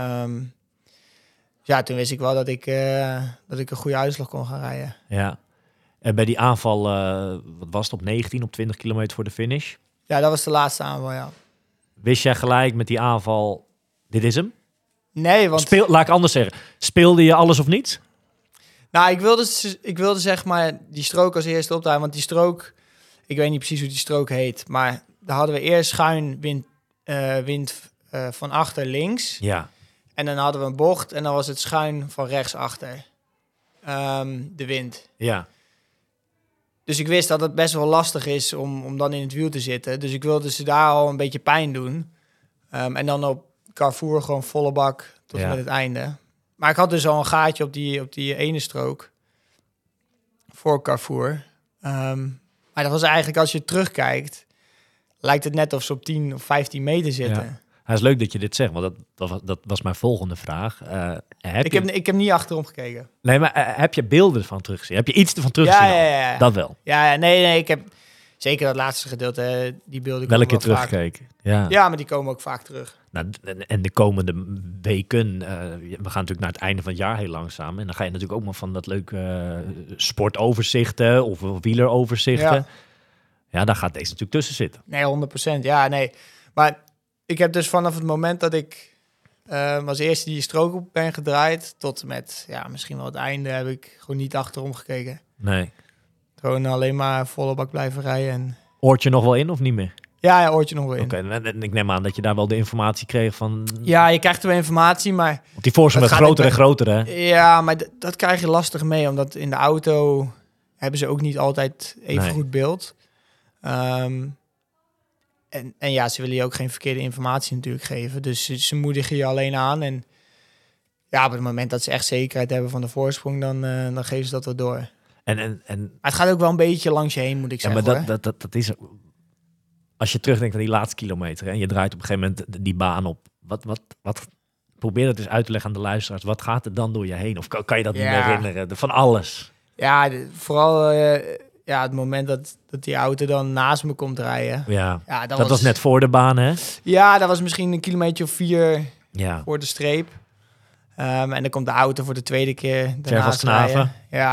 Toen wist ik wel dat ik een goede uitslag kon gaan rijden.
Ja. En bij die aanval, wat was het, op 19, op 20 kilometer voor de finish?
Ja, dat was de laatste aanval, ja.
Wist jij gelijk met die aanval, dit is hem?
Nee, want...
Laat ik anders zeggen. Speelde je alles of niets?
Nou, ik wilde zeg maar die strook als eerste opdraaien. Want die strook, ik weet niet precies hoe die strook heet. Maar daar hadden we eerst schuin wind van achter links.
Ja.
En dan hadden we een bocht en dan was het schuin van rechts achter de wind.
Ja.
Dus ik wist dat het best wel lastig is om dan in het wiel te zitten. Dus ik wilde ze daar al een beetje pijn doen. En dan op Carrefour gewoon volle bak tot met het einde. Maar ik had dus al een gaatje op die ene strook voor Carrefour. Maar dat was eigenlijk, als je terugkijkt, lijkt het net of ze op 10 of 15 meter zitten.
Ja. Het is leuk dat je dit zegt, want dat was mijn volgende vraag.
Ik heb niet achterom gekeken.
Nee, maar heb je beelden van teruggezien? Heb je iets ervan teruggezien?
Ja.
Dat wel?
Ja, nee, ik heb zeker dat laatste gedeelte, die beelden
Welke
wel
teruggekeken?
Ja, maar die komen ook vaak terug.
Nou, en de komende weken, we gaan natuurlijk naar het einde van het jaar heel langzaam. En dan ga je natuurlijk ook maar van dat leuke sportoverzichten of wieleroverzichten. Ja, daar gaat deze natuurlijk tussen zitten.
Nee, 100%. Ja, nee. Maar ik heb dus vanaf het moment dat ik als eerste die strook op ben gedraaid, tot met misschien wel het einde, heb ik gewoon niet achterom gekeken.
Nee.
Gewoon alleen maar volle bak blijven rijden. En...
Oortje nog wel in of niet meer?
Ja, oortje nog wel in.
Oké, en ik neem aan dat je daar wel de informatie kreeg van...
Ja, je krijgt er wel informatie, maar...
Want die voorsprong werd groter en groter, hè?
Ja, maar dat krijg je lastig mee, omdat in de auto hebben ze ook niet altijd even goed beeld. En ja, ze willen je ook geen verkeerde informatie natuurlijk geven. Dus ze moedigen je alleen aan. En ja, op het moment dat ze echt zekerheid hebben van de voorsprong, dan geven ze dat wel door.
Maar
het gaat ook wel een beetje langs je heen, moet ik zeggen.
Maar dat is... Als je terugdenkt aan die laatste kilometer en je draait op een gegeven moment die baan op. Wat probeer dat eens uit te leggen aan de luisteraars. Wat gaat er dan door je heen? Of kan je dat niet meer herinneren? Van alles.
Ja, vooral het moment dat die auto dan naast me komt rijden.
Ja, dat was net voor de baan, hè? Ja,
dat was misschien een kilometer of 4 voor de streep. En dan komt de auto voor de tweede keer daarnaast rijden.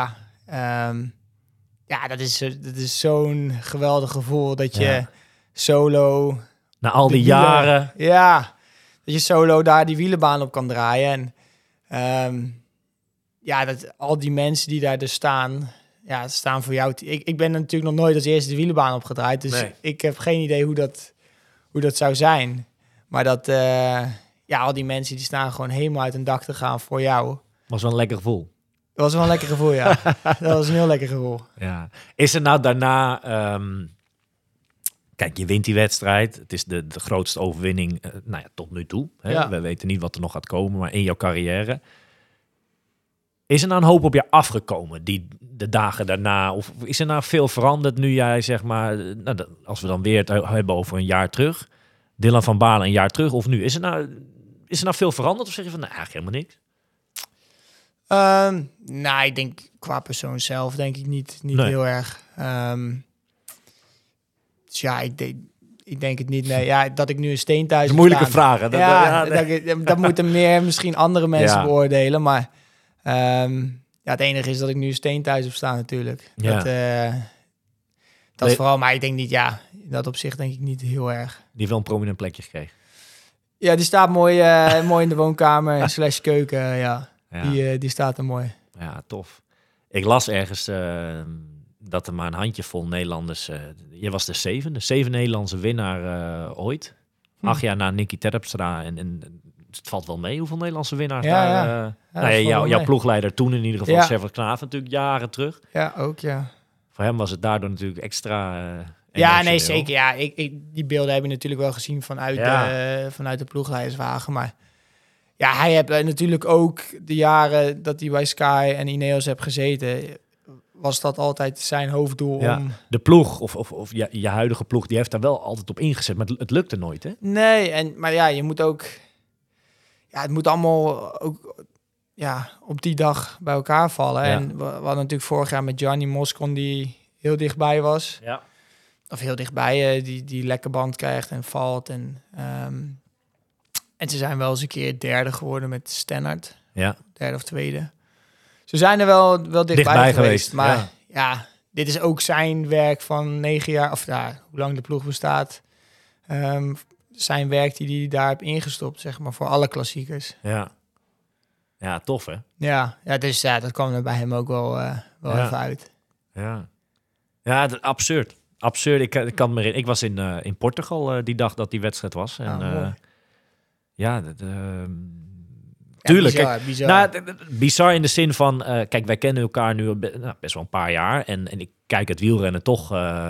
Ja, dat is zo'n geweldig gevoel dat je solo...
Na al die jaren.
Ja, dat je solo daar die wielenbaan op kan draaien. En dat al die mensen die daar dus staan staan voor jou. Ik ben natuurlijk nog nooit als eerste de wielenbaan opgedraaid. Dus ik heb geen idee hoe dat zou zijn. Maar dat al die mensen die staan gewoon helemaal uit een dak te gaan voor jou.
Was wel een lekker gevoel.
Dat was wel een lekker gevoel, ja. Dat was een heel lekker gevoel.
Ja. Is er nou daarna... Kijk, je wint die wedstrijd. Het is de grootste overwinning tot nu toe. Hè? Ja. We weten niet wat er nog gaat komen, maar in jouw carrière. Is er nou een hoop op je afgekomen de dagen daarna? Of is er nou veel veranderd nu jij, zeg maar... als we dan weer het hebben over een jaar terug. Dylan van Baarle een jaar terug of nu. Is er nou veel veranderd? Of zeg je van, eigenlijk helemaal niks?
Ik denk qua persoon zelf denk ik niet heel erg. Dus ja, ik denk het niet. Nee, ja, dat ik nu een steen thuis heb
moeilijke
staan.
vragen.
Dat moeten meer misschien andere mensen beoordelen. Maar het enige is dat ik nu een steen thuis heb staan natuurlijk. Ja. Dat vooral, maar ik denk niet, in dat opzicht denk ik niet heel erg.
Die heeft wel een prominent plekje gekregen.
Ja, die staat mooi in de woonkamer / keuken, ja. Die staat er mooi.
Ja, tof. Ik las ergens dat er maar een handjevol Nederlanders... je was de 7 Nederlandse winnaar ooit. 8 jaar na Nicky Terpstra. En het valt wel mee hoeveel Nederlandse winnaars daar... jouw ploegleider toen in ieder geval, Servat Knaaf natuurlijk jaren terug.
Ja, ook ja.
Voor hem was het daardoor natuurlijk extra...
ja, nee, zeker. Ja, die beelden heb je natuurlijk wel gezien vanuit de ploegleiderswagen. Maar ja, hij heeft natuurlijk ook de jaren dat hij bij Sky en Ineos heeft gezeten... was dat altijd zijn hoofddoel
Ja.
om...
De ploeg, of je huidige ploeg, die heeft daar wel altijd op ingezet. Maar het lukte nooit, hè?
Nee, maar ja, je moet ook... Ja, het moet allemaal ook op die dag bij elkaar vallen.
Ja.
En we hadden natuurlijk vorig jaar met Gianni Moscon die heel dichtbij was.
Ja.
Of heel dichtbij, die lekker band krijgt en valt. En ze zijn wel eens een keer derde geworden met Stennard.
Ja.
Derde of tweede. Ze zijn er wel dichtbij,
Dichtbij
geweest.
geweest,
Maar ja, dit is ook zijn werk van 9 jaar. Of ja, hoe lang de ploeg bestaat. Zijn werk die hij daar heeft ingestopt, zeg maar, voor alle klassiekers.
Ja. Ja, tof, hè?
Ja, dus dat kwam er bij hem ook wel even uit.
Ja. Ja, absurd. Absurd. Ik kan me herinneren. Ik was in Portugal die dag dat die wedstrijd was. En
mooi.
tuurlijk.
Ja, bizar.
Nou, bizar in de zin van... kijk, wij kennen elkaar nu best wel een paar jaar. En ik kijk het wielrennen toch...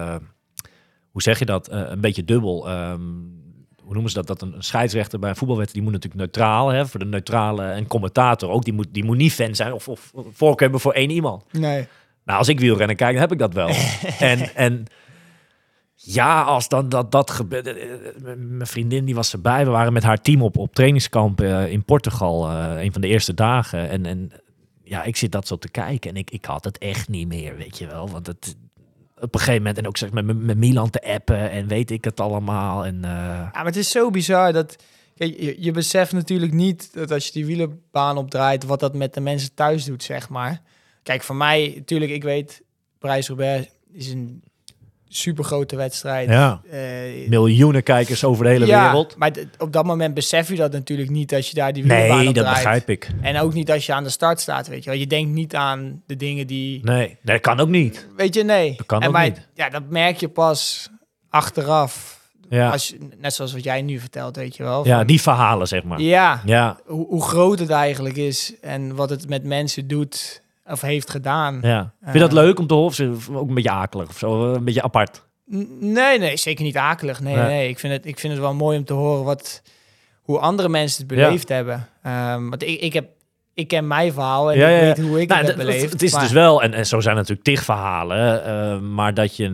hoe zeg je dat? Een beetje dubbel. Hoe noemen ze dat? Dat een scheidsrechter bij een voetbalwedstrijd... die moet natuurlijk neutraal, hè, voor de neutrale... en commentator ook, die moet niet fan zijn... of voorkeur hebben voor één iemand.
Nee.
Nou, als ik wielrennen kijk, dan heb ik dat wel. en ja, als dan dat gebeurt... Mijn vriendin, die was erbij. We waren met haar team op trainingskamp in Portugal. Een van de eerste dagen. En ja, ik zit dat zo te kijken. En ik had het echt niet meer, weet je wel. Want het... Op een gegeven moment, en ook zeg met Milan te appen en weet ik het allemaal. En,
Ja, maar het is zo bizar dat... Kijk, je beseft natuurlijk niet dat als je die wielerbaan opdraait... wat dat met de mensen thuis doet, zeg maar. Kijk, voor mij, natuurlijk, ik weet... Parijs-Roubaix is een supergrote wedstrijd.
ja, miljoenen kijkers over de hele wereld.
Maar op dat moment besef je dat natuurlijk niet... als je daar die wielerbaan
Nee,
opdraait.
dat begrijp ik.
En ook niet als je aan de start staat, weet je wel. Je denkt niet aan de dingen die...
Nee, dat kan ook niet.
Weet je, nee.
Dat kan
en
ook niet.
Ja, dat merk je pas achteraf.
Ja,
Als je, net zoals wat jij nu vertelt, weet je wel.
ja, die verhalen, zeg maar.
Ja,
Ja,
hoe groot het eigenlijk is en wat het met mensen doet of heeft gedaan.
ja. Vind je dat leuk om te horen? Of ook een beetje akelig of zo? Een beetje apart?
Nee, zeker niet akelig. Nee. Ik vind het wel mooi om te horen hoe andere mensen het beleefd hebben. Want ik ken mijn verhaal en ik weet hoe ik het heb beleefd.
Het is dus wel, en zo zijn natuurlijk tig verhalen, maar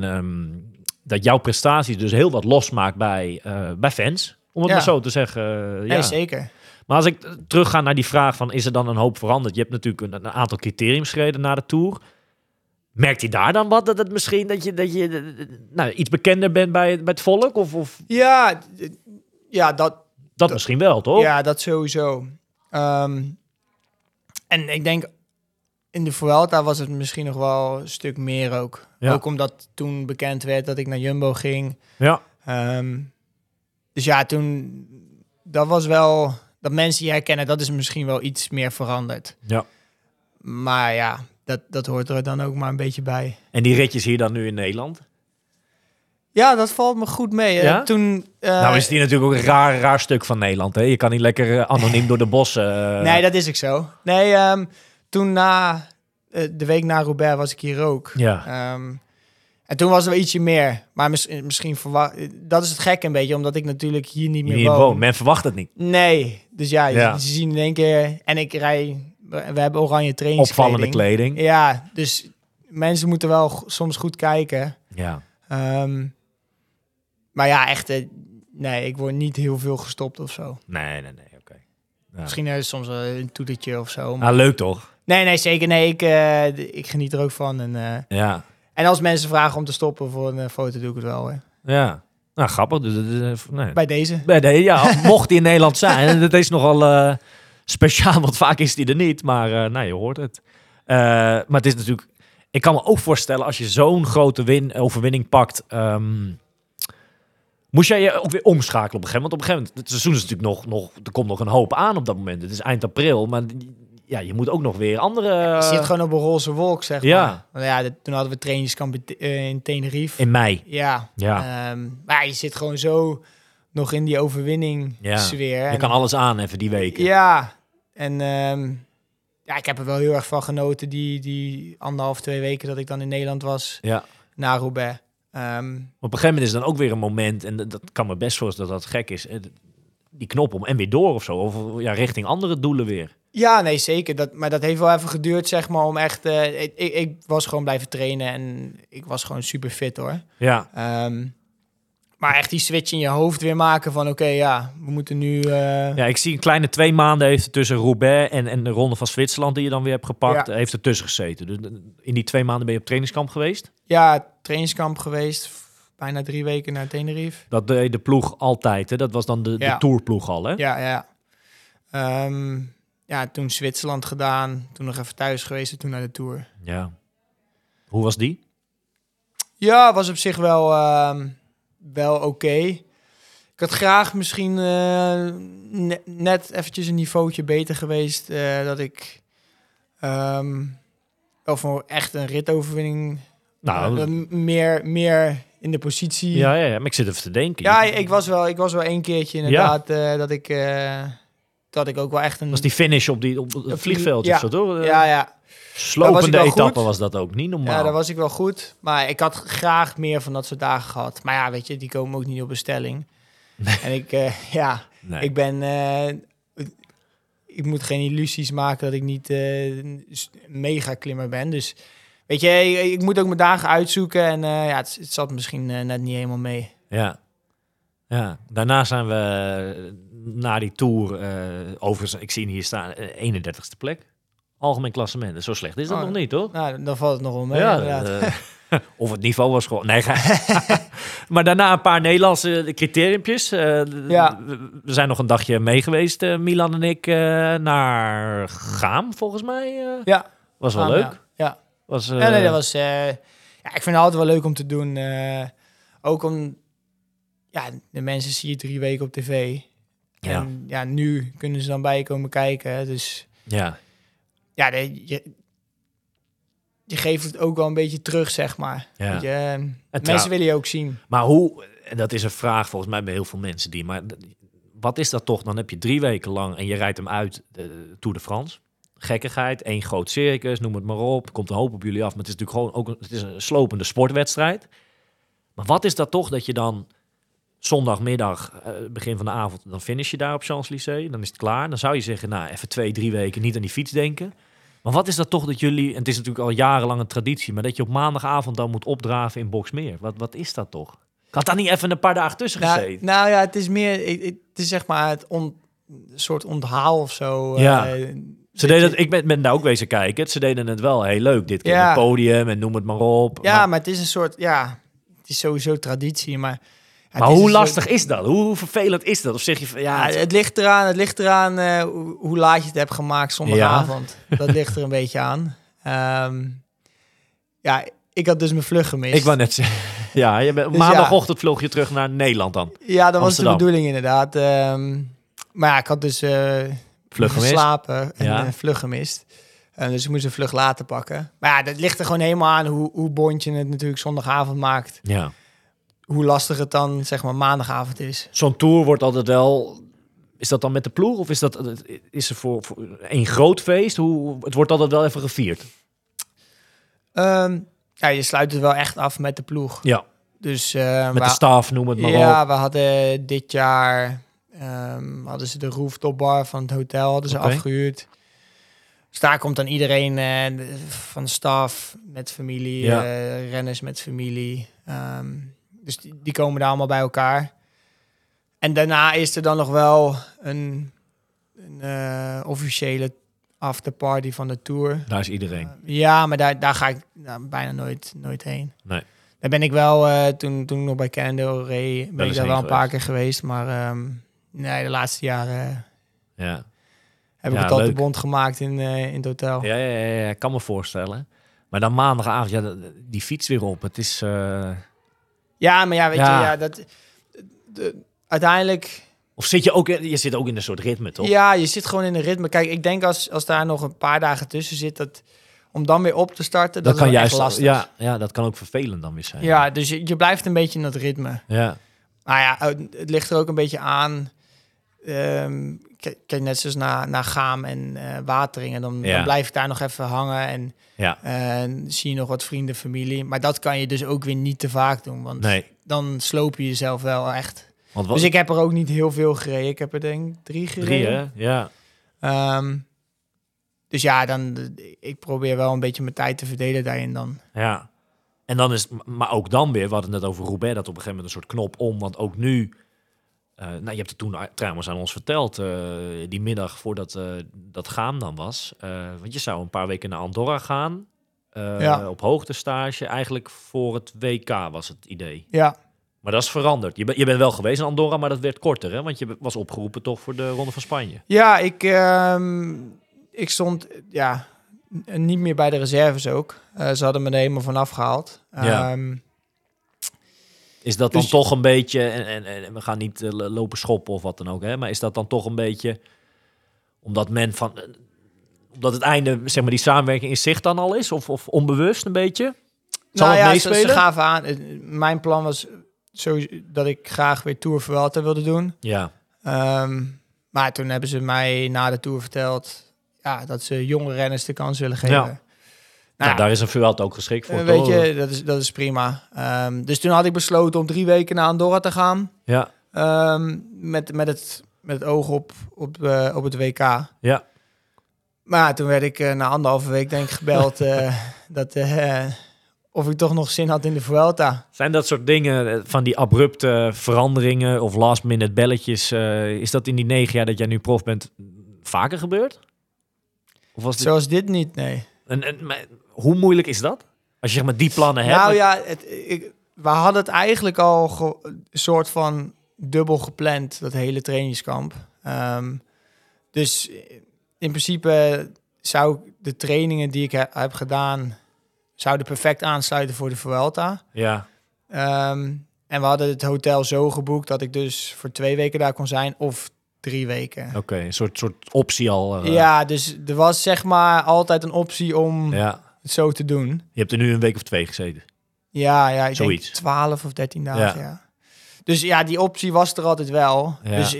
dat jouw prestaties dus heel wat losmaakt bij fans, om het maar zo te zeggen.
Nee, zeker.
Maar als ik terugga naar die vraag van, is er dan een hoop veranderd? Je hebt natuurlijk een aantal criteriums gereden na de Tour. Merkt hij daar dan wat? Dat het misschien dat je iets bekender bent bij het volk? Of?
Ja,
Dat misschien wel, toch?
Ja, dat sowieso. En ik denk, in de Vuelta was het misschien nog wel een stuk meer ook.
Ja.
Ook omdat toen bekend werd dat ik naar Jumbo ging.
Ja.
Dus ja, toen... Dat was wel... Dat mensen je herkennen, dat is misschien wel iets meer veranderd.
Ja.
Maar ja, dat hoort er dan ook maar een beetje bij.
En die ritjes hier dan nu in Nederland?
Ja, dat valt me goed mee.
Ja?
Toen,
nou is die natuurlijk ook een raar stuk van Nederland. Hè? Je kan niet lekker anoniem door de bossen.
Nee, dat is ook zo. Nee, toen na de week na Roubaix was ik hier ook.
Ja.
En toen was er wel ietsje meer. Maar misschien dat is het gek een beetje, omdat ik natuurlijk hier niet meer woon.
Men verwacht het niet.
Nee, dus ja,
Ja.
ze zien in één keer... En ik rij... We hebben oranje trainingskleding.
Opvallende kleding.
Ja, dus mensen moeten wel soms goed kijken.
Ja.
Maar ja, echt... nee, ik word niet heel veel gestopt of zo.
Nee, oké. Ja.
Misschien is soms wel een toetertje of zo. Maar...
Ah, leuk toch?
Nee, zeker. Nee, ik geniet er ook van.
Ja.
En als mensen vragen om te stoppen voor een foto, doe ik het wel. Hè.
Ja. Nou, grappig. Nee.
Bij deze.
Mocht die in Nederland zijn. Dat is nogal speciaal, want vaak is die er niet. Maar je hoort het. Maar het is natuurlijk... Ik kan me ook voorstellen, als je zo'n grote overwinning pakt... moest jij je ook weer omschakelen op een gegeven moment? Want op een gegeven moment, het seizoen is natuurlijk nog... Er komt nog een hoop aan op dat moment. Het is eind april, maar... Ja, je moet ook nog weer andere...
Je zit gewoon op een roze wolk, zeg
Ja.
maar. Want ja, toen hadden we trainingskamp in Tenerife.
In mei.
Ja.
Ja.
Maar je zit gewoon zo nog in die overwinning sfeer.
Je kan alles aan even die weken.
Ja. En ik heb er wel heel erg van genoten die 1,5-2 weken dat ik dan in Nederland was.
Ja.
Na Roubaix.
Op een gegeven moment is dan ook weer een moment, en dat kan me best voorstellen dat dat gek is, die knop om en weer door of zo, of richting andere doelen weer.
Ja, nee, zeker. Maar dat heeft wel even geduurd, zeg maar, om echt... Ik was gewoon blijven trainen en ik was gewoon super fit, hoor.
Ja.
Maar echt die switch in je hoofd weer maken van... Oké, we moeten nu...
Ja, ik zie een kleine 2 maanden heeft er tussen Roubaix en de Ronde van Zwitserland... die je dan weer hebt gepakt, heeft er tussen gezeten. Dus in die 2 maanden ben je op trainingskamp geweest?
Ja, trainingskamp geweest. Bijna 3 weken naar Tenerife.
Dat deed de ploeg altijd, hè? Dat was dan de tourploeg al, hè?
Ja. Toen Zwitserland gedaan. Toen nog even thuis geweest en toen naar de Tour.
Ja. Hoe was die?
Ja, was op zich wel oké. Ik had graag misschien net eventjes een niveautje beter geweest. Dat ik wel voor echt een ritoverwinning... meer in de positie...
Ja, maar ik zit even te denken.
Ja, ik was wel 1 keertje inderdaad dat ik ook wel echt een...
Was die finish op het vliegveld of zo, toch?
Ja.
Slopende etappe was dat ook, niet normaal.
Ja, daar was ik wel goed. Maar ik had graag meer van dat soort dagen gehad. Maar ja, weet je, die komen ook niet op bestelling. Nee. En ik ben... ik moet geen illusies maken dat ik niet mega klimmer ben. Dus weet je, ik moet ook mijn dagen uitzoeken. En het zat misschien net niet helemaal mee.
Ja. Daarna zijn we na die Tour... overigens, ik zie hier staan 31ste plek. Algemeen klassement. Zo slecht is dat nog niet, toch?
Nou, dan valt het nog wel mee.
Ja, of het niveau was gewoon... Nee, maar daarna een paar Nederlandse criteriumpjes. We zijn nog een dagje mee geweest, Milan en ik, naar Gaam, volgens mij. Was wel leuk.
Ja.
Dat
was... ik vind het altijd wel leuk om te doen. Ook om... Ja, de mensen zie je 3 weken op tv. En nu kunnen ze dan bij je komen kijken. Dus... Ja, je geeft het ook wel een beetje terug, zeg maar. Ja. Mensen willen je ook zien.
Maar hoe, en dat is een vraag volgens mij bij heel veel mensen maar wat is dat toch? Dan heb je 3 weken lang en je rijdt hem uit de Tour de France. Gekkigheid, 1 groot circus, noem het maar op. Komt een hoop op jullie af, maar het is natuurlijk gewoon ook het is een slopende sportwedstrijd. Maar wat is dat toch dat je dan zondagmiddag, begin van de avond, dan finish je daar op Champs-Élysées. Dan is het klaar. Dan zou je zeggen, nou, even 2-3 weken niet aan die fiets denken. Maar wat is dat toch dat jullie, en het is natuurlijk al jarenlang een traditie, maar dat je op maandagavond dan moet opdraven in Boxmeer. Wat is dat toch? Ik had daar niet even een paar dagen tussen gezeten.
Nou ja, het is meer, het is zeg maar een soort onthaal of zo.
Ja. Ze deden het, ik ben daar ook wezen kijken. Ze deden het wel heel leuk dit keer. Het podium en noem het maar op.
Ja, maar het is een soort, het is sowieso traditie, maar...
Maar hoe lastig is dat? Hoe vervelend is dat? Of zeg je van,
het ligt eraan hoe laat je het hebt gemaakt zondagavond. Ja. Dat ligt er een beetje aan. Ik had dus mijn vlucht gemist.
Ik wou net zeggen. Ja, maandagochtend vloog je terug naar Nederland dan.
Ja, dat Amsterdam. Was de bedoeling inderdaad. Maar ik had dus
vlucht
geslapen en vlucht gemist. Dus ik moest een vlucht later pakken. Maar ja, dat ligt er gewoon helemaal aan hoe bond je het natuurlijk zondagavond maakt. Ja. Hoe lastig het dan, zeg maar, maandagavond is.
Zo'n tour wordt altijd wel... Is dat dan met de ploeg? Of is er voor een groot feest? Het wordt altijd wel even gevierd.
Je sluit het wel echt af met de ploeg.
Ja.
Dus,
met de staf, noem het maar op.
Ja, we hadden dit jaar... hadden ze de rooftop bar van het hotel hadden ze afgehuurd. Dus daar komt dan iedereen van de staf met familie. Renners met familie. Dus die komen daar allemaal bij elkaar. En daarna is er dan nog wel een officiële afterparty van de Tour.
Daar is iedereen.
Maar daar ga ik bijna nooit heen.
Nee.
Daar ben ik wel, toen ik nog bij Cannondale reed, ben ik daar wel een paar keer geweest. Maar de laatste jaren heb ik het al te bond gemaakt in het hotel.
Ja, ik kan me voorstellen. Maar dan maandagavond, die fiets weer op. Het is...
Ja, maar weet je, uiteindelijk...
Of zit je ook in een soort ritme, toch?
Ja, je zit gewoon in een ritme. Kijk, ik denk als daar nog een paar dagen tussen zit, om dan weer op te starten, dat kan is juist echt lastig.
Ja, dat kan ook vervelend dan weer zijn.
Ja, dus je blijft een beetje in dat ritme.
Ja.
Maar ja, het ligt er ook een beetje aan. Kijk, net zoals naar Gaam en Wateringen, dan blijf ik daar nog even hangen en zie je nog wat vrienden, familie. Maar dat kan je dus ook weer niet te vaak doen, want dan sloop je jezelf wel echt. Dus ik heb er ook niet heel veel gereden. Ik heb er denk ik 3 gereden.
3, hè? Ja.
Dus ja, ik probeer wel een beetje mijn tijd te verdelen daarin dan.
Ja. En dan is, maar ook dan weer, we hadden het net over Roubaix, dat op een gegeven moment een soort knop om, want ook nu, je hebt het toen trouwens aan ons verteld, die middag voordat dat gaan dan was, want je zou een paar weken naar Andorra gaan, op hoogtestage, eigenlijk voor het WK was het idee.
Ja.
Maar dat is veranderd. Je bent wel geweest in Andorra, maar dat werd korter, hè? Want je was opgeroepen toch voor de Ronde van Spanje.
Ja, ik stond niet meer bij de reserves ook. Ze hadden me er helemaal vanaf gehaald.
Ja. Is dat dan toch een beetje, en we gaan niet lopen schoppen of wat dan ook, hè? Maar is dat dan toch een beetje, omdat het einde, zeg maar, die samenwerking in zicht dan al is? Of onbewust een beetje? Zal het meespelen?
Ze gaven aan. Mijn plan was dat ik graag weer Tour Vuelta wilde doen.
Ja.
Maar toen hebben ze mij na de Tour verteld dat ze jonge renners de kans willen geven.
Ja. Nou, daar is een Vuelta ook geschikt voor.
Weet je, dat is prima. Dus toen had ik besloten om 3 weken naar Andorra te gaan.
Ja.
Met het oog op het WK.
Ja.
Maar toen werd ik na 1,5 week denk ik gebeld of ik toch nog zin had in de Vuelta.
Zijn dat soort dingen, van die abrupte veranderingen of last minute belletjes, is dat in die 9 jaar dat jij nu prof bent vaker gebeurd? Of was dit...
Zoals dit niet, nee.
Maar hoe moeilijk is dat? Als je zeg maar die plannen hebt.
Nou ja, we hadden het eigenlijk al een soort van dubbel gepland, dat hele trainingskamp. Dus in principe zou de trainingen die ik heb gedaan, zouden perfect aansluiten voor de Vuelta.
Ja.
En we hadden het hotel zo geboekt dat ik dus voor 2 weken daar kon zijn of 3 weken.
Oké, een soort optie al.
Ja, dus er was zeg maar altijd een optie om het zo te doen.
Je hebt er nu een week of 2 gezeten.
Ja, ik
zoiets.
denk 12 of 13 dagen, ja. Dus ja, die optie was er altijd wel.
Ja.
Dus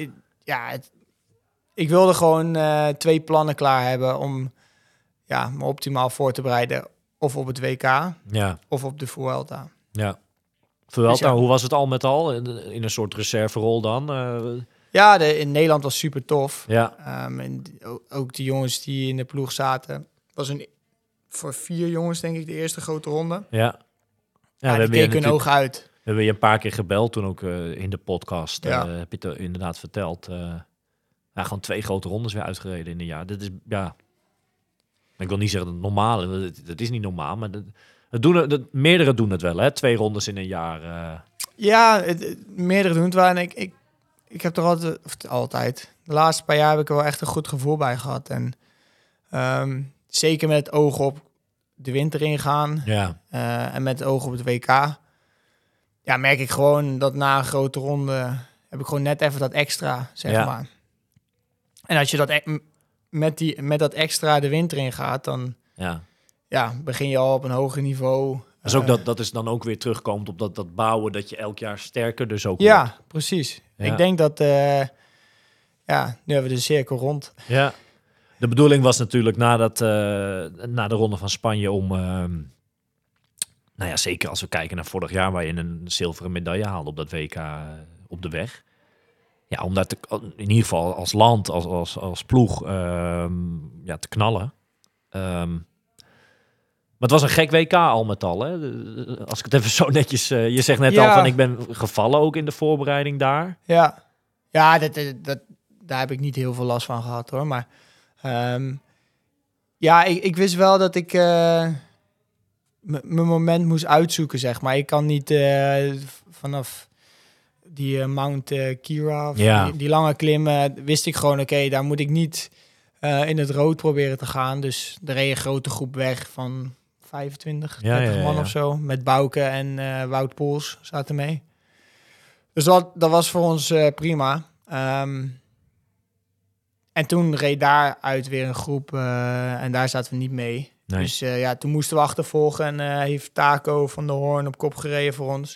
ik wilde gewoon 2 plannen klaar hebben om me optimaal voor te bereiden. Of op het WK, of op de Vuelta.
Ja. Vuelta, dus hoe was het al met al? In een soort reserverol dan?
Ja, in Nederland was super tof.
Ja.
En ook die jongens die in de ploeg zaten. Was voor 4 jongens denk ik de eerste grote ronde.
Ja.
Die keken hun ogen uit.
We hebben je een paar keer gebeld toen ook in de podcast. Heb je het inderdaad verteld. Gewoon 2 grote rondes weer uitgereden in een jaar. Dat is, ik wil niet zeggen dat het normaal is. Dat is niet normaal, maar meerdere doen het wel, hè? 2 rondes in een jaar.
Ja, meerdere doen het wel. En ik heb er altijd... De laatste paar jaar heb ik er wel echt een goed gevoel bij gehad. En zeker met het oog op de winter ingaan. Ja. En met het oog op het WK. Ja, merk ik gewoon dat na een grote ronde heb ik gewoon net even dat extra, zeg maar. En als je dat met dat extra de winter ingaat, dan begin je al op een hoger niveau.
Dus ook dat is dan ook weer terugkomt op dat bouwen, dat je elk jaar sterker dus ook
wordt.
Ja,
precies. Ja. Ik denk dat, nu hebben we de cirkel rond.
Ja. De bedoeling was natuurlijk na de Ronde van Spanje om, zeker als we kijken naar vorig jaar, waar je een zilveren medaille haalde op dat WK op de weg. Ja, om daar in ieder geval als land, als ploeg, te knallen. Maar het was een gek WK al met al, hè? Als ik het even zo netjes... je zegt net al van, ik ben gevallen ook in de voorbereiding daar.
Ja, daar heb ik niet heel veel last van gehad, hoor. Maar ik wist wel dat ik mijn moment moest uitzoeken, zeg maar. Ik kan niet vanaf die Mount Kira, die lange klimmen, wist ik gewoon, oké, daar moet ik niet in het rood proberen te gaan. Dus er reed een grote groep weg van 25, 30 man of zo. Met Bouke en Wout Poels zaten mee. Dus dat was voor ons prima. En toen reed daaruit weer een groep en daar zaten we niet mee. Nee. Dus toen moesten we achtervolgen en heeft Taco van der Hoorn op kop gereden voor ons.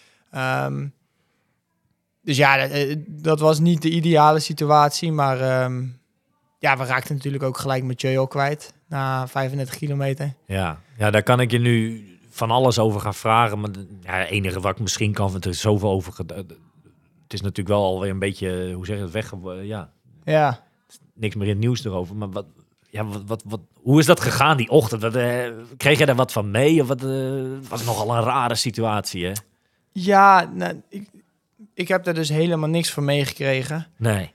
Dus dat was niet de ideale situatie, maar we raakten natuurlijk ook gelijk Mathieu al kwijt na 35 kilometer. Ja,
daar kan ik je nu van alles over gaan vragen, maar het enige wat ik misschien kan, want er is zoveel over. Het is natuurlijk wel alweer een beetje, hoe zeg je het, weg. Ja. Niks meer in het nieuws erover, maar Ja, hoe is dat gegaan die ochtend? Kreeg jij daar wat van mee? Of was nogal een rare situatie, hè?
Ja, nou, ik heb er dus helemaal niks van meegekregen.
Nee.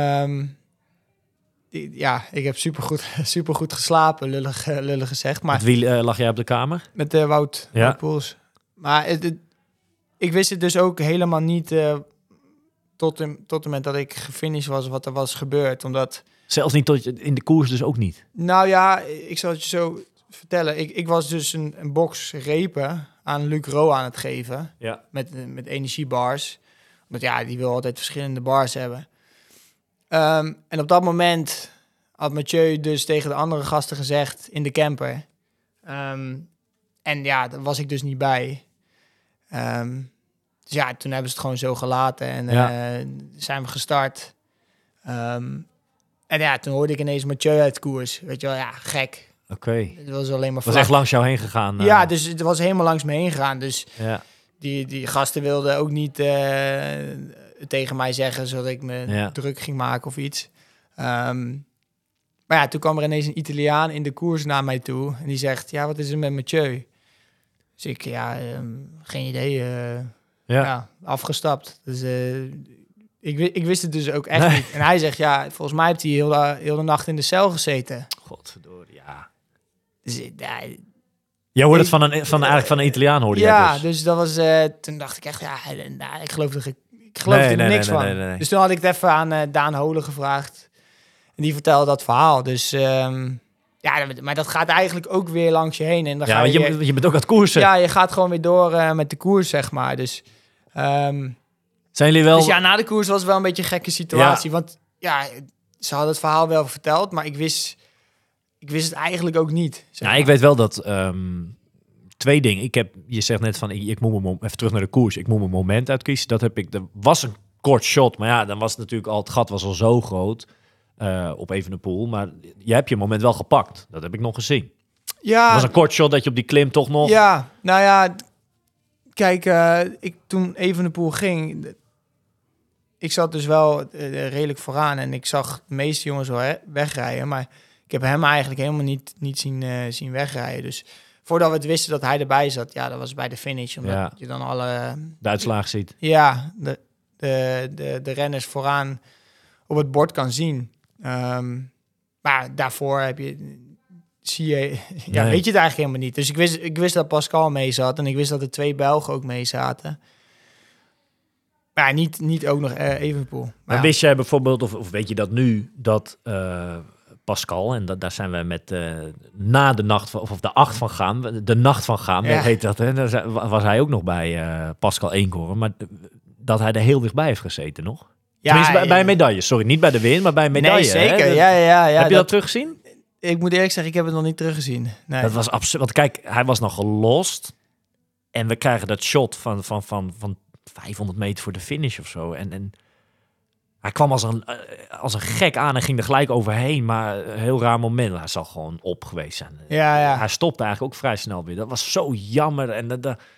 Ik heb supergoed geslapen, lullig gezegd. Maar
Met wie lag jij op de kamer?
met Wout Poels. Maar ik wist het dus ook helemaal niet tot het moment dat ik gefinished was wat er was gebeurd. Omdat...
Zelfs niet tot in de koers dus ook niet?
Nou ja, ik zal het je zo vertellen. Ik was dus een box repen aan Luc Rowe aan het geven.
Ja.
Met energiebars. Want die wil altijd verschillende bars hebben. En op dat moment had Mathieu dus tegen de andere gasten gezegd in de camper. En ja, daar was ik dus niet bij. Dus ja, toen hebben ze het gewoon zo gelaten en zijn we gestart. En ja, toen hoorde ik ineens Mathieu uit koers. Weet je wel, ja, gek.
Oké.
Het was alleen maar
was echt langs jou heen gegaan.
Ja, dus het was helemaal langs me heen gegaan. Dus
ja.
die gasten wilden ook niet tegen mij zeggen, zodat ik me druk ging maken of iets. Maar ja, toen kwam er ineens een Italiaan in de koers naar mij toe. En die zegt, ja, wat is er met Mathieu? Dus ik, geen idee. Afgestapt. Dus ik wist het dus ook echt niet. En hij zegt, ja, volgens mij heeft hij heel de nacht in de cel gezeten.
Godverdorie, ja.
Dus,
jij hoorde het van een Italiaan, hoorde jij
dus dat was... toen dacht ik echt, ik geloof er niks van.
Nee.
Dus toen had ik het even aan Daan Holen gevraagd. En die vertelde dat verhaal. Dus maar dat gaat eigenlijk ook weer langs je heen. En dan ga
je bent ook aan het koersen.
Ja, je gaat gewoon weer door met de koers, zeg maar. Dus...
zijn jullie wel...
Dus ja, na de koers was het wel een beetje een gekke situatie. Ja. Want ja, ze hadden het verhaal wel verteld, maar ik wist het eigenlijk ook niet.
Ik weet wel dat... 2 dingen. Je zegt net van, ik moet even terug naar de koers. Ik moet mijn moment uitkiezen. Dat was een kort shot, maar ja, dan was het natuurlijk al... Het gat was al zo groot op Evenepoel. Maar je hebt je moment wel gepakt. Dat heb ik nog gezien. Ja. Het was een kort shot dat je op die klim toch nog...
Ja, nou ja... Kijk, toen Evenepoel ging... Ik zat dus wel redelijk vooraan en ik zag de meeste jongens wel wegrijden. Maar ik heb hem eigenlijk helemaal niet zien wegrijden. Dus voordat we het wisten dat hij erbij zat, dat was bij de finish. Omdat je dan alle...
De uitslagen ziet.
Ja, de renners vooraan op het bord kan zien. Maar daarvoor weet je het eigenlijk helemaal niet. Dus ik wist dat Pascal mee zat en ik wist dat er 2 Belgen ook mee zaten. Maar niet ook nog Evenepoel.
Maar wist jij bijvoorbeeld, of weet je dat nu, dat Pascal, en daar zijn we met na de nacht van, of de 8 van gaan, de nacht van gaan, heet dat, hè? Daar was hij ook nog bij Pascal Eenkorn, maar dat hij er heel dichtbij heeft gezeten nog. Ja, bij medailles, sorry, niet bij de win, maar bij medailles.
Nee, zeker,
hè?
Ja.
Heb je dat teruggezien?
Ik moet eerlijk zeggen, ik heb het nog niet teruggezien. Nee.
Dat was absurd, want kijk, hij was nog gelost en we krijgen dat shot van 500 meter voor de finish of zo. En hij kwam als een gek aan en ging er gelijk overheen. Maar een heel raar moment. Hij zal gewoon op geweest zijn.
Ja.
Hij stopte eigenlijk ook vrij snel weer. Dat was zo jammer. En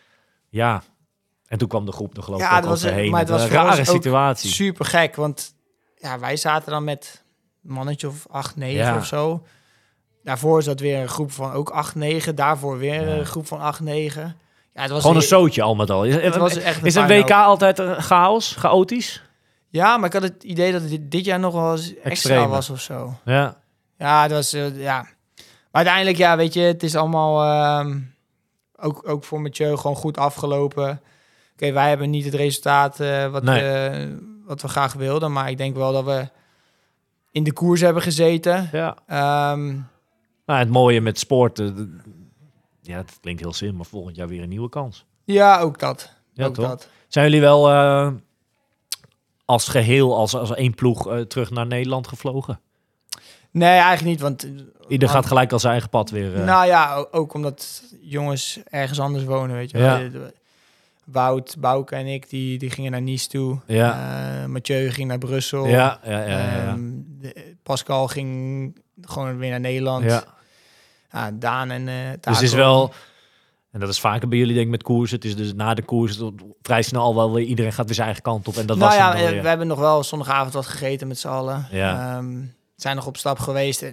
en toen kwam de groep er geloof ik ook overheen.
Maar het was
een rare situatie.
Super gek. Want wij zaten dan met een mannetje of 8, 9 of zo. Daarvoor zat weer een groep van ook 8, 9. Daarvoor weer een groep van 8, 9. Ja, het was
gewoon een zootje al met al. Is een WK altijd chaotisch?
Ja, maar ik had het idee dat het dit jaar nog wel eens extra was of zo.
Ja.
Ja, het was... Maar uiteindelijk, weet je, het is allemaal... ook voor Mathieu gewoon goed afgelopen. Oké, wij hebben niet het resultaat wat we graag wilden. Maar ik denk wel dat we in de koers hebben gezeten.
Ja. Het mooie met sport... het klinkt heel simpel, maar volgend jaar weer een nieuwe kans.
Ja, ook dat.
Ja, ook toch? Dat. Zijn jullie wel als geheel, als één ploeg terug naar Nederland gevlogen?
Nee, eigenlijk niet, want...
Ieder gaat gelijk al zijn eigen pad weer...
Nou ja, ook omdat jongens ergens anders wonen, weet je wel. Ja. Wout, Bouke en ik, die gingen naar Nice toe. Ja. Mathieu ging naar Brussel.
Ja.
Pascal ging gewoon weer naar Nederland. Ja. Daan en Taco.
Dus het is wel... En dat is vaker bij jullie denk ik met koers. Het is dus na de koers vrij snel al wel weer... Iedereen gaat weer zijn eigen kant op. En dat was
we hebben nog wel zondagavond wat gegeten met z'n allen. Ja. Zijn nog op stap geweest.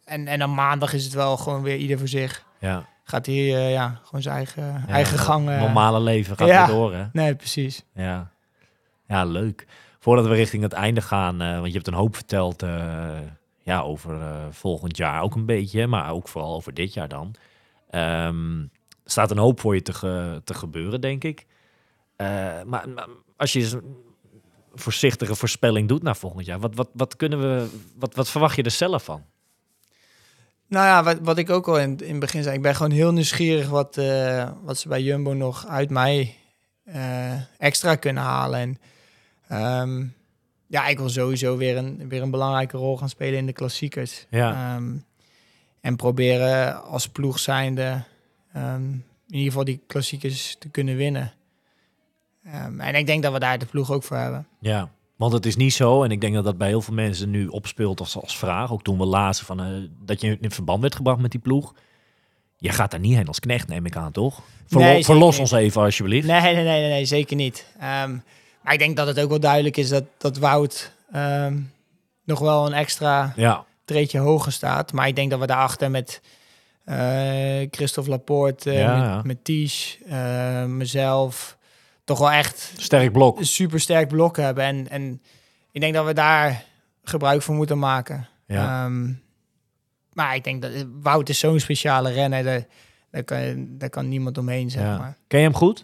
En dan maandag is het wel gewoon weer ieder voor zich.
Ja.
Gaat hij gewoon zijn eigen gang.
Normale leven gaat weer door, hè?
Nee, precies.
Ja, leuk. Voordat we richting het einde gaan, want je hebt een hoop verteld over volgend jaar ook een beetje, maar ook vooral over dit jaar dan. Er staat een hoop voor je te gebeuren, denk ik. Maar als je een voorzichtige voorspelling doet naar volgend jaar, wat verwacht je er zelf van?
Nou ja, wat ik ook al in het begin zei, ik ben gewoon heel nieuwsgierig wat ze bij Jumbo nog uit mij extra kunnen halen. En ik wil sowieso weer een belangrijke rol gaan spelen in de klassiekers.
Ja.
En proberen als ploeg zijnde in ieder geval die klassiekers te kunnen winnen. En ik denk dat we daar de ploeg ook voor hebben.
Ja, want het is niet zo, en ik denk dat dat bij heel veel mensen nu opspeelt als vraag, ook toen we lazen van dat je in verband werd gebracht met die ploeg. Je gaat daar niet heen als knecht, neem ik aan, toch? Verlos ons even, alsjeblieft.
Nee, zeker niet. Maar ik denk dat het ook wel duidelijk is dat Wout nog wel een extra treedje hoger staat. Maar ik denk dat we daarachter met Christophe Laporte, met Ties, mezelf, toch wel echt
sterk blok.
Een super sterk blok hebben. En ik denk dat we daar gebruik van moeten maken.
Ja.
Maar ik denk dat Wout is zo'n speciale renner. Daar kan niemand omheen, zeg maar.
Ken je hem goed?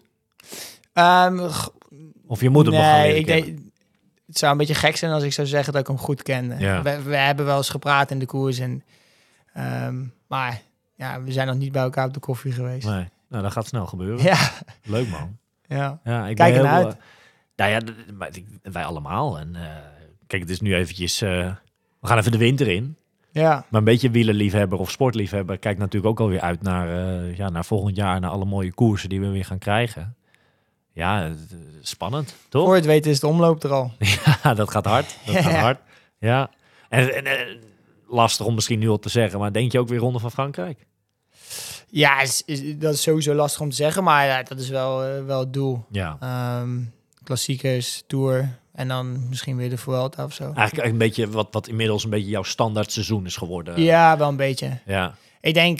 Of je moet hem nog gaan leren kennen?
Het zou een beetje gek zijn als ik zou zeggen dat ik hem goed ken.
Ja.
We hebben wel eens gepraat in de koers. Maar we zijn nog niet bij elkaar op de koffie geweest.
Nee, nou, dat gaat snel gebeuren.
Ja.
Leuk, man.
Ja, ik kijk ernaar uit.
Wij allemaal. En kijk, het is nu eventjes... we gaan even de winter in.
Ja.
Maar een beetje wielerliefhebber of sportliefhebber kijkt natuurlijk ook alweer uit naar volgend jaar. Naar alle mooie koersen die we weer gaan krijgen. Ja, spannend, toch?
Voor het weten is de omloop er al.
Ja, dat gaat hard. Ja. En lastig om misschien nu al te zeggen, maar denk je ook weer Ronde van Frankrijk?
Ja, dat is sowieso lastig om te zeggen, maar dat is wel het doel.
Ja.
Klassiekers, Tour en dan misschien weer de Vuelta of zo.
Eigenlijk een beetje wat inmiddels een beetje jouw standaard seizoen is geworden.
Ja, wel een beetje.
Ja.
Ik denk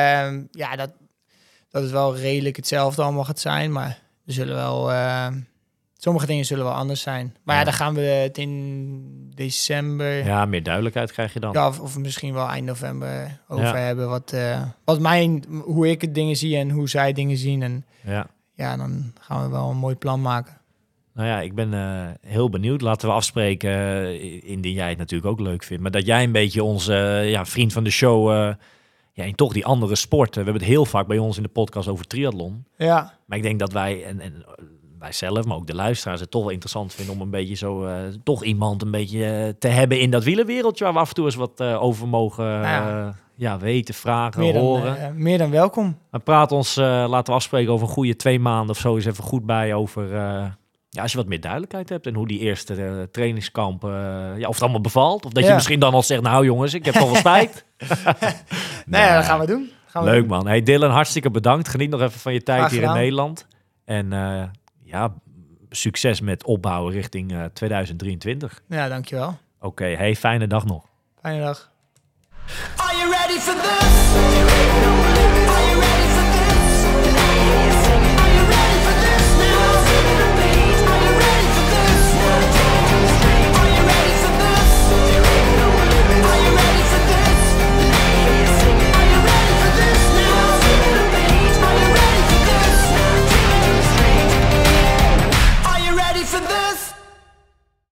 dat het wel redelijk hetzelfde allemaal gaat zijn, maar er zullen wel... sommige dingen zullen wel anders zijn. Maar daar gaan we het in december...
Ja, meer duidelijkheid krijg je dan.
Ja, of misschien wel eind november over hebben. Hoe ik het dingen zie en hoe zij dingen zien. En dan gaan we wel een mooi plan maken.
Nou ja, ik ben heel benieuwd. Laten we afspreken, indien jij het natuurlijk ook leuk vindt. Maar dat jij een beetje onze vriend van de show... in toch die andere sporten. We hebben het heel vaak bij ons in de podcast over triathlon.
Ja.
Maar ik denk dat wij... en wij zelf, maar ook de luisteraars het toch wel interessant vinden om een beetje zo toch iemand een beetje te hebben in dat wielerwereldje waar we af en toe eens wat over mogen weten, vragen, horen.
Meer dan welkom.
Maar praat ons, laten we afspreken over een goede 2 maanden of zo eens even goed bij over, als je wat meer duidelijkheid hebt en hoe die eerste trainingskamp, of het allemaal bevalt. Of dat je misschien dan al zegt, nou jongens, ik heb toch wel spijt.
Dat gaan we doen.
Leuk man. Hey Dylan, hartstikke bedankt. Geniet nog even van je tijd hier in Nederland. En succes met opbouwen richting 2023.
Ja, dankjewel.
Oké, fijne dag nog.
Fijne dag.
Are you ready for this? Are you ready for this?